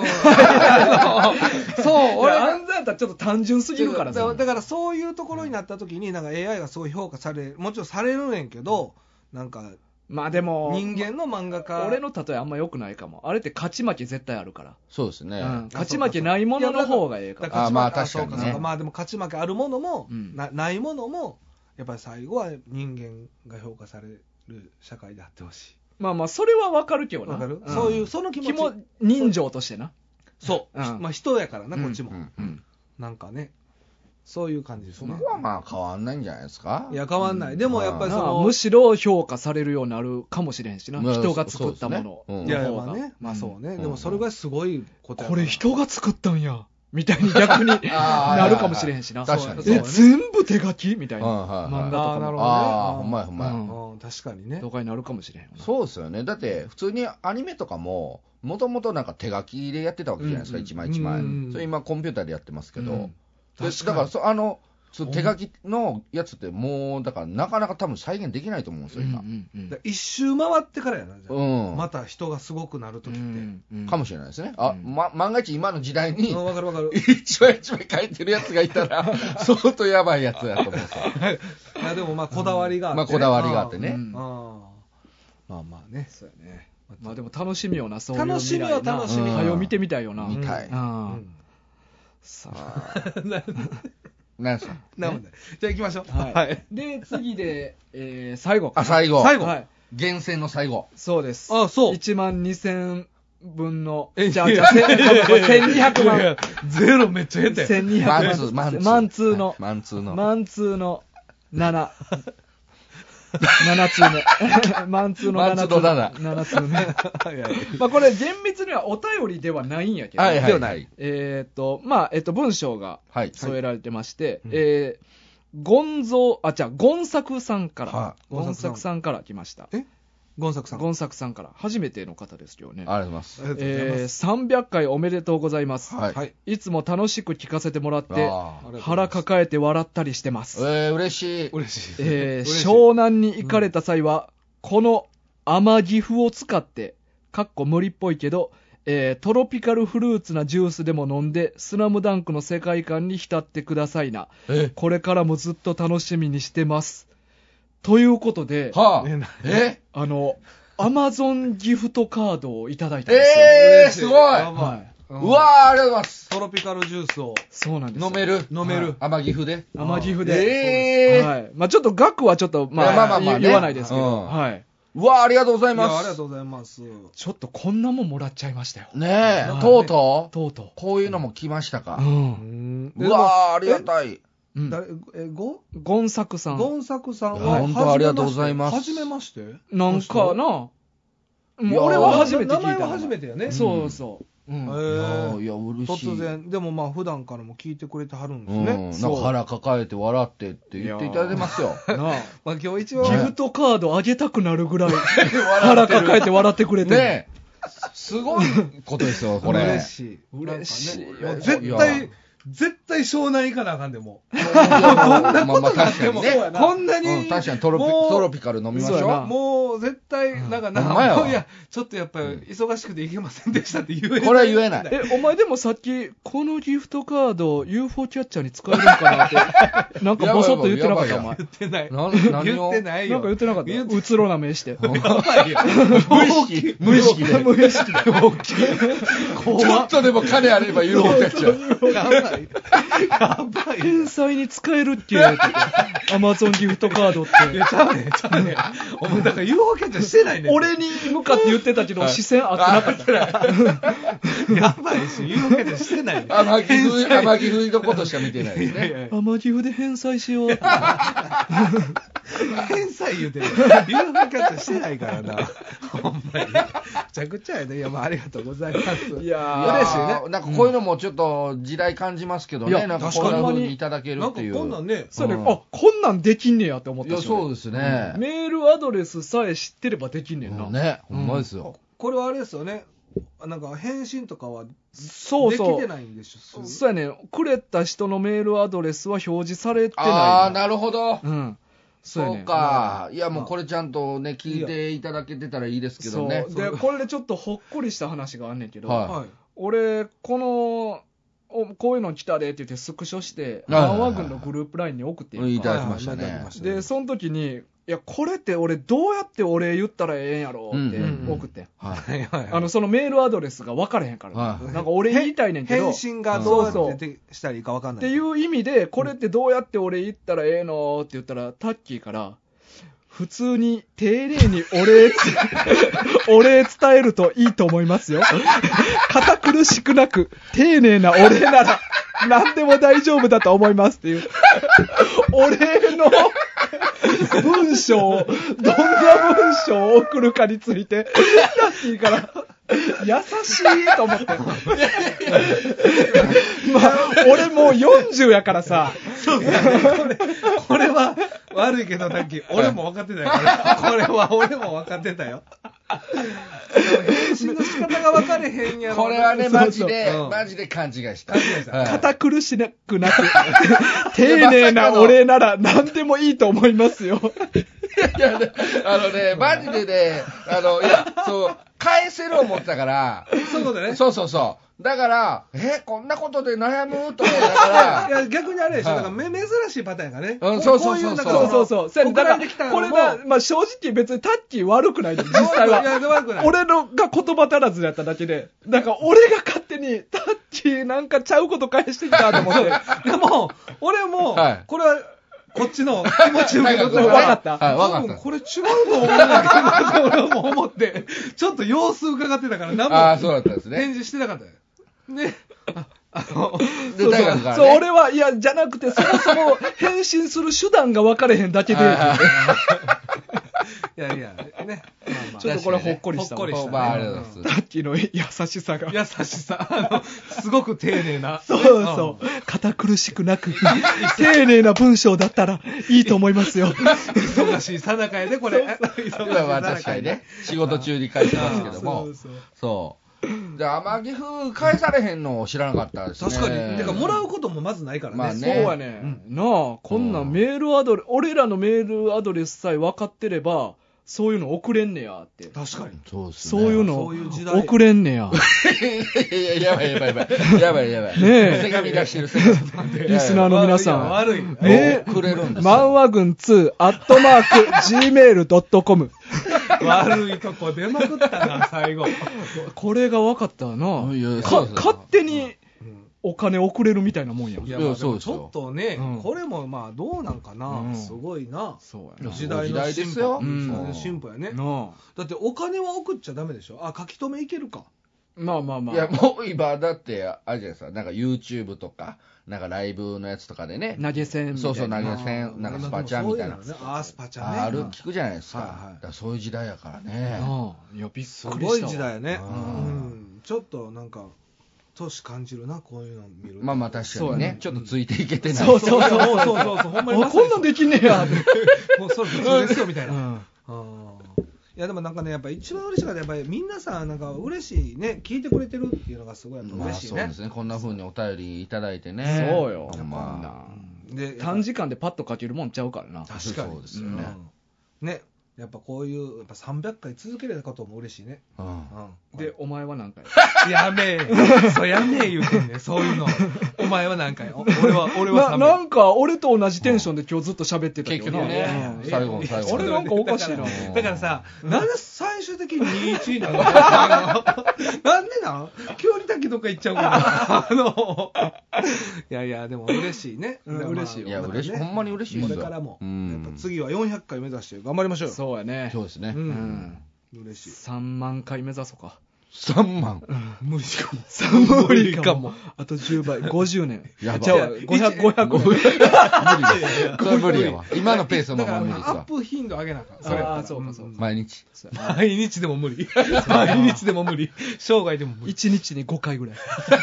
そう俺暗算やったらちょっと単純すぎるからだ, だからそういうところになった時になんか エーアイ がすごい評価されるもちろんされるねんけどなんかまあでも人間の漫画家俺の例えあんま良くないかも。あれって勝ち負け絶対あるから。 そうですね、うん、 勝ち負けないものの方がええから。 あまあ確かにね。 まあでも勝ち負けあるものも、うん、な, ないものもやっぱり最後は人間が評価される社会であってほしい。 まあまあそれは分かるけどな。 分かる、うん、そういうその気持ち気も人情としてな。 そう、うん、まあ人やからなこっちも、うんうん、なんかねそういう感じですね。 そこはまあ変わんないんじゃないですか。 いや変わんない、うん、でもやっぱりそのむしろ評価されるようになるかもしれんしな、まあ、人が作ったものの方が、 ねうん、いやいやまあねまあそうね、うん、でもそれがすごいことやこれ人が作ったんやみたいに逆になるかもしれへんしな。 確かにえ全部手書きみたいな漫画とかもああほんまやほんまや、 うん、確かにねとかになるかもしれへん。 そうですよね。だって普通にアニメとかももともとなんか手書きでやってたわけじゃないですか、うん、一枚一枚、うん、それ今コンピューターでやってますけど、うん、だからそあのその手書きのやつってもうだからなかなか多分再現できないと思うんですよ今、うんうんうん、一周回ってからやなじゃあ、うん、また人がすごくなるときって、うんうん、かもしれないですね。あ、うんま、万が一今の時代に、 うん、分かる分かる一枚一枚書いてるやつがいたら相当やばいやつやと思うんですよいやでもまあこだわりがあって、 ね、まあこだわりがあってね、うん、 あまあまあねそうやね。まあでも楽しみよな、そういう楽しみは楽しみ、 はよ見てみたいよな。 見たい、うんうん、 さあなんすか、 なるほど。じゃあ行きましょう。 はい。はい、で次で、えー、最後。 あ最後。 最後。 はい。 厳選の最後。 そうです。 あそう。 いちまんにせんぶんのえじゃあじゃあせんにひゃくまん。 ゼロめっちゃ減ったよ。 せんにひゃくまん。 マンツーのマンツーのマンツーのなな。ななつうめマンツーのななつうめななつうめまあこれ厳密にはお便りではないんやけど、 はいはいはい、 えっ、ー、とまあえっ、ー、と文章が添えられてまして、はい、えー、ゴンゾーあじゃあゴンサクさんから、はあ、ゴンサクさんから来ました。 えゴンサクさんゴンサクさんから初めての方ですよね。 ありがとうございます。 えー、さんびゃっかいおめでとうございます、はい、いつも楽しく聞かせてもらって腹抱えて笑ったりしてます。 えー、嬉しい嬉しい、 えー、湘南に行かれた際は、うん、この天岐阜を使ってかっこ無理っぽいけど、えー、トロピカルフルーツなジュースでも飲んでスラムダンクの世界観に浸ってくださいな。これからもずっと楽しみにしてますということで、 はあ、えあのアマゾンギフトカードをいただいたんですよ。 えー、すごい、はい、うわーありがとうございます。 トロピカルジュースをそうなんです飲める飲める、 はい、天岐阜で天岐阜で、 えー、 はい、まあちょっと額はちょっとまあ、まあまあまあね、言わないですけど、うん、はい。 うわ、ありがとうございます。 いや、ありがとうございます。 ちょっとこんなもんもらっちゃいましたよ。 ねえ、とうとうとうとう。 こういうのも来ましたか。 うん。 うわ、ありがたい。 誰えゴゴンサクさん。 ゴンサクさんは本当ありがとうございます。 はじめまして。 なんかな。俺は初めて聞いた。 名前は初めてやね。 そうそう。 うん、えいや嬉しい。 突然でもまあ普段からも聞いてくれてはるんですね、うん、 なんか腹抱えて笑ってって言っていただいてますよなあ、 まあ、今日一応ギフトカードあげたくなるぐらい腹抱えて笑ってくれてるねえすごいことですよこれ嬉しい嬉しい、 ね、絶対絶対湘南行かなあかんでもこんなことがあってもこんなに、 うん、確かにトロピトロピカル飲みましょうもう絶対なんかな、うん、いやちょっとやっぱり忙しくて行けませんでしたって言えないこれは言えないえお前でもさっきこのギフトカード ユーフォー キャッチャーに使えるんかなってなんかボソッと言ってなかったお前言ってないな言ってないよなんか言ってなかったうつろな目してやばいよ無意識無意識で無意識でちょっとでも金あれば ユーフォー キャッチャーやばいやばい返済に使えるって言われててアマゾンギフトカードっていやちゃうねちゃうねお前だから ユーフォー キャッチャーしてないね俺に向かって言ってたけど視線合ってなかったやばいし ユーフォー キャッチャーしてないね天城風天城風のことしか見てないですね天城風で返済しよう返済言うてる ユーフォー キャッチャーしてないからなほんまにめちゃくちゃやねいやまあありがとうございますいや嬉しいねなんかこういうのもちょっと時代感じますけどね、うん、なんかこんな風にいただけるっていうなんかこんなんねそれ、うん、あこんなんできんねやって思ったいやそうですね、 うん、メールアドレスさえ知ってればできんねんな、 うん、ねほんまですよ、 うん、これはあれですよねなんか返信とかはそうそうできてないんでしょそうやねくれた人のメールアドレスは表示されてないああなるほど、 うんそう、ね、そうか、いやもうこれちゃんとね聞いていただけてたらいいですけどね。 でこれでちょっとほっこりした話があんねんけど、 はい、 俺このこういうの来たでって言ってスクショして漫画軍のグループラインに送っていただきましたね。 でその時にいやこれって俺どうやってお礼言ったらええんやろって送って、うんうん、あのそのメールアドレスが分からへんから、ねはい、なんか俺言いたいねんけど返信がどうやってしたらいいか分かんないっていう意味でこれってどうやって俺言ったらええのって言ったらタッキーから普通に丁寧にお礼お礼伝えるといいと思いますよ。堅苦しくなく丁寧なお礼なら何でも大丈夫だと思いますっていうお礼の文章をどんな文章を送るかについてタッキーから優しいと思ってまあ俺もうよんじゅうやからさそうだねこれこれは悪いけどタッキー俺も分かってたよこれは俺も分かってたよ返信の仕方が分かれへんやろこれはねマジで、うん、マジで勘違いした堅苦しくなく丁寧なお礼なら何でもいいと思いますよいや、ね、あのねマジでねあのいやそう返せる思ったからそういうことねそうそうそうだからえこんなことで悩むと思ったからいや逆にあれでしょ、はい、だから珍しいパターンがね、 うん、そうそうそうそうそうそうそうだからこれが、まあ、正直別にタッキー悪くないで実際はいや悪くない俺のが言葉足らずだっただけでだから俺が勝手にタッキーなんかちゃうこと返してきたと思ってでも俺も、はい、これはこっちの気持ち受け取って分かった、 はい、分かった。 これ違うと思うんだけど俺はもう思ってちょっと様子伺ってたから何もあそうだったんですね返事してなかったよねあのそうそう、ね、そう俺はいやじゃなくてそもそも返信する手段が分かれへんだけでいやいやね、まあまあ、 ちょっとこれほっこりしたほっこりした、ね、 まあ、ありがとうございます。 さっきの優しさが優しさあのすごく丁寧なそうそう、うん、堅苦しくなく丁寧な文章だったらいいと思いますよ忙しいさなかやでこれ忙しいさなかやで仕事中に返してますけどもそうそうそうじゃあ天城風返されへんのを知らなかったですね。 確かに。てかもらうこともまずないからね。 まあねそうやね、うん、なあこんなメールアドレス、うん、俺らのメールアドレスさえ分かってればそういうの送れんねやって。 確かに。 そうですね。そういうの送れんねや。 いやいややばいやばいやばいやばいやばい。ねえ。手紙出してる。 リスナーの皆さん。 悪い。 ね送れるんです。 漫画軍ツーアットマークジーメールドットコム。 悪いとこ出まくったな最後。 これが分かったな。か勝手にお金送れるみたいなもんやん。 いや、まあ、ちょっとね、うん、これもまあどうなんかな、うん、すごいな。 そうやな。 時代の進歩ですよ。 うん、進歩やね。だってお金は送っちゃダメでしょ。あ、書き留めいけるか。 まあまあまあ。 いや、もう今だって、あれじゃないですか、なんか YouTube とか、なんかライブのやつとかでね。 投げ銭みたいな。 そうそう、投げ銭、なんかスパチャみたいな。 あ、スパチャね。 ある、聞くじゃないですか。はいはい、だからそういう時代やからね。 いや、びっくりした。すごい時代やね。うん。ちょっとなんか、年感じるな、こういうの見る。 まあまあ確かにね、ちょっとついていけてない。 そうそうそうそうそうそう、ほんまに。 こんなんできんねや。 もうそれ普通ですよ、みたいな。いやでもなんかね、やっぱ一番嬉しいのはやっぱり皆さんなんか嬉しいね、聞いてくれてるっていうのがすごいやっぱ嬉しいね。 まあ、そうですね、こんな風にお便りいただいてね。 そうよ。 まあ、で短時間でパッと書けるもんちゃうからな。 確かに。 そうですよね。 うん、ね。やっぱこういうやっぱさんびゃっかい続けれたことも嬉しいね。 うんうん、でお前は何回やめえそうやめえ言うてんねそういうのお前は何回俺は俺はななんか俺と同じテンションで今日ずっと喋ってたけどな、 ね、最後の最後俺なんかおかしいなだからさなんで最終的ににいちになるのなんでなん急にだけどっか行っちゃうからあのいやいやでも嬉しいね、 うん、嬉しいよ、 いや嬉しいほんまに嬉しいですよこれからも、うん、やっぱ次はよんひゃっかい目指して頑張りましょうよ。 そうやね。 そうですね。 うん。嬉しい。 さんまんかい目指そうか。 さんまん、 うん、無理かも。 さんまん無理かも。あとじゅうばい、ごじゅうねん。 やばい。 じゃあ、ごひゃく、ごひゃく。無理です。これ無理やわ。今のペースのまま無理ですわ。 アップ頻度上げなあかん。 それああ、そうかそうか。 毎日。 毎日でも無理。毎日でも無理。生涯でも無理。 いちにちにごかいぐらい。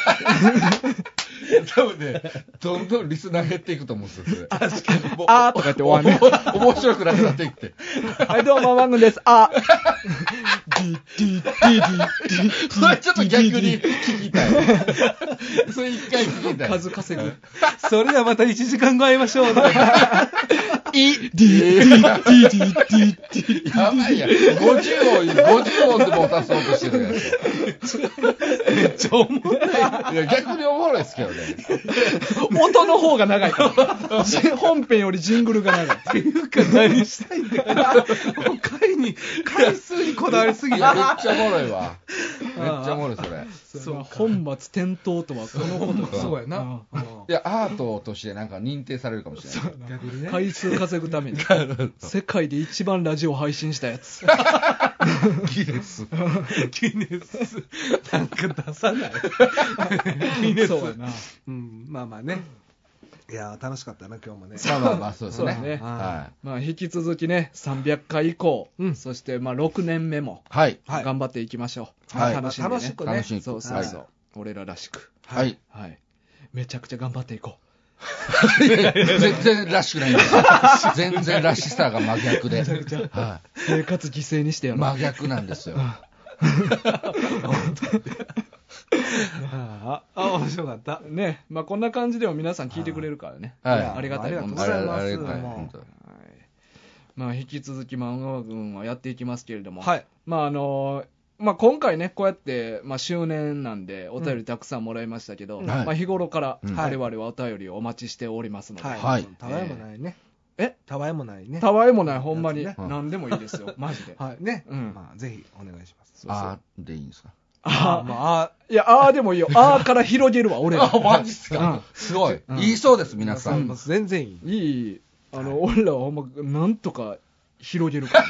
多分ね、どんどんリスナー減っていくと思うんですよ、それ。 確かに。あーとか言って終わんね。 面白くなくなっていって。 はい、どうも、マングです。あー。ディディディディディ。 それちょっと逆に聞きたい。それ一回聞きたい。 数稼ぐ。 それではまたいちじかんご会いましょう。い、ディディディディディディディ。 やばいやん。ごじゅう音、ごじゅう音でも足そうとしてるやつ。 めっちゃおもろい。 いや、逆におもろいですけどね。 音の方が長いから。本編よりジングルが長い。 っていうか何したいんだよ。回に、回数にこだわりすぎいや、めっちゃおもろいわ。めっちゃおもろい、それ。 そう、本末転倒とはこのことか。 そうやな。 いや、アートとしてなんか認定されるかもしれない。 逆にね。回数稼ぐために。世界で一番ラジオ配信したやつ。 ギネス。 ギネス。なんか出さない。ギネス。 そうやな。 うん、まあまあね。いや楽しかったな今日もね。 まあまあまあそうですね。 ねはい。まあ引き続きねさんびゃっかい以降、うん、そしてまあろくねんめも頑張っていきましょう。 はい。 楽しんでね。 楽しくね。 楽しく。 そうそうそう。俺ららしく。 はいはい。めちゃくちゃ頑張っていこう。 全然らしくないんですよ。全然らしさが真逆で。 はい。生活犠牲にしてやる。 真逆なんですよ。 ああ、面白かったね。まあこんな感じでも皆さん聞いてくれるからね。 はい。 ありがたいもんです。 ありがとうございます。 まあ引き続き漫画軍はやっていきますけれども、 はい。 まああのまあ今回ねこうやってまあ周年なんでお便りたくさんもらいましたけど、まあ日頃から我々はお便りをお待ちしておりますので、 はい。 たわいもないね。 えたわいもないね。 たわいもないほんまに何でもいいですよマジで。 はいね。 うん。 まあぜひお願いします。 あーでいいんですか。 ああ、まあ、いや、ああでもいいよ。ああから広げるわ、俺ら。 あ、マジっすか。すごい。言いそうです、皆さん。 全然いい。 いい。あの、俺らはほんま、なんとか広げるから。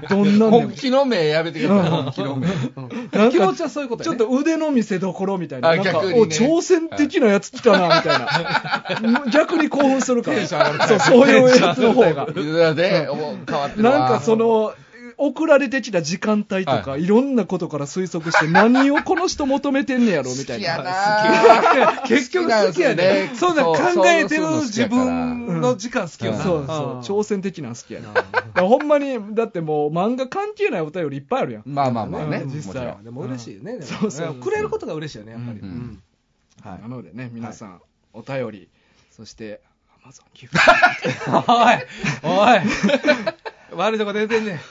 どんなんでも。 本気の目やめてください、本気の目。 気持ちはそういうことちょっと腕の見せ所みたいな。なんか、お、挑戦的なやつ来たな、みたいな。逆に興奮するから。そう、そういうやつの方が。 で、変わってるなんかその、送られてきた時間帯とか、はい、いろんなことから推測して何をこの人求めてんねやろみたいな。 好きやな結局好きやね。そんな考えてる自分の時間好きやな。 そうそう。挑戦的なの好きやな。だからほんまに、だってもう漫画関係ないお便りいっぱいあるやん。 まあまあまあね。 実際。でも嬉しいよね。そうそう。くれることが嬉しいよね、やっぱり。 はい。なのでね、皆さん、お便り、そして、アマゾン寄付。 おいおい悪いとこ出てんねん。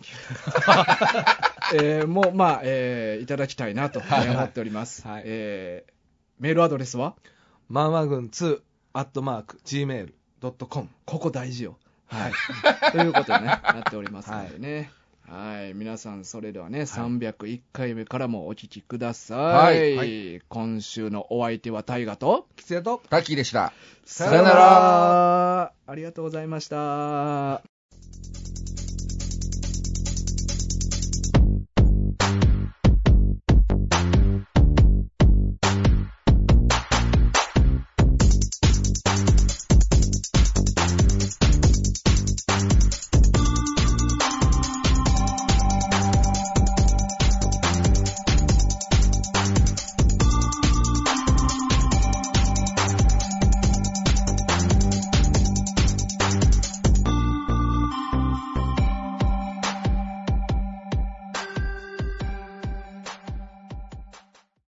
えー、もう、まあ、えー、いただきたいなと思っております。はい、えー、メールアドレスはマンマ軍ツーアットマークジーメールドットコム。 ここ大事よ。はい。ということでね、なっておりますのでね。 はい、皆さんそれではね、はい、さんびゃくいっかいめからもお聞きください。はいはい、今週のお相手は大河とキツヤとタッキーでした。 さよなら。ありがとうございました。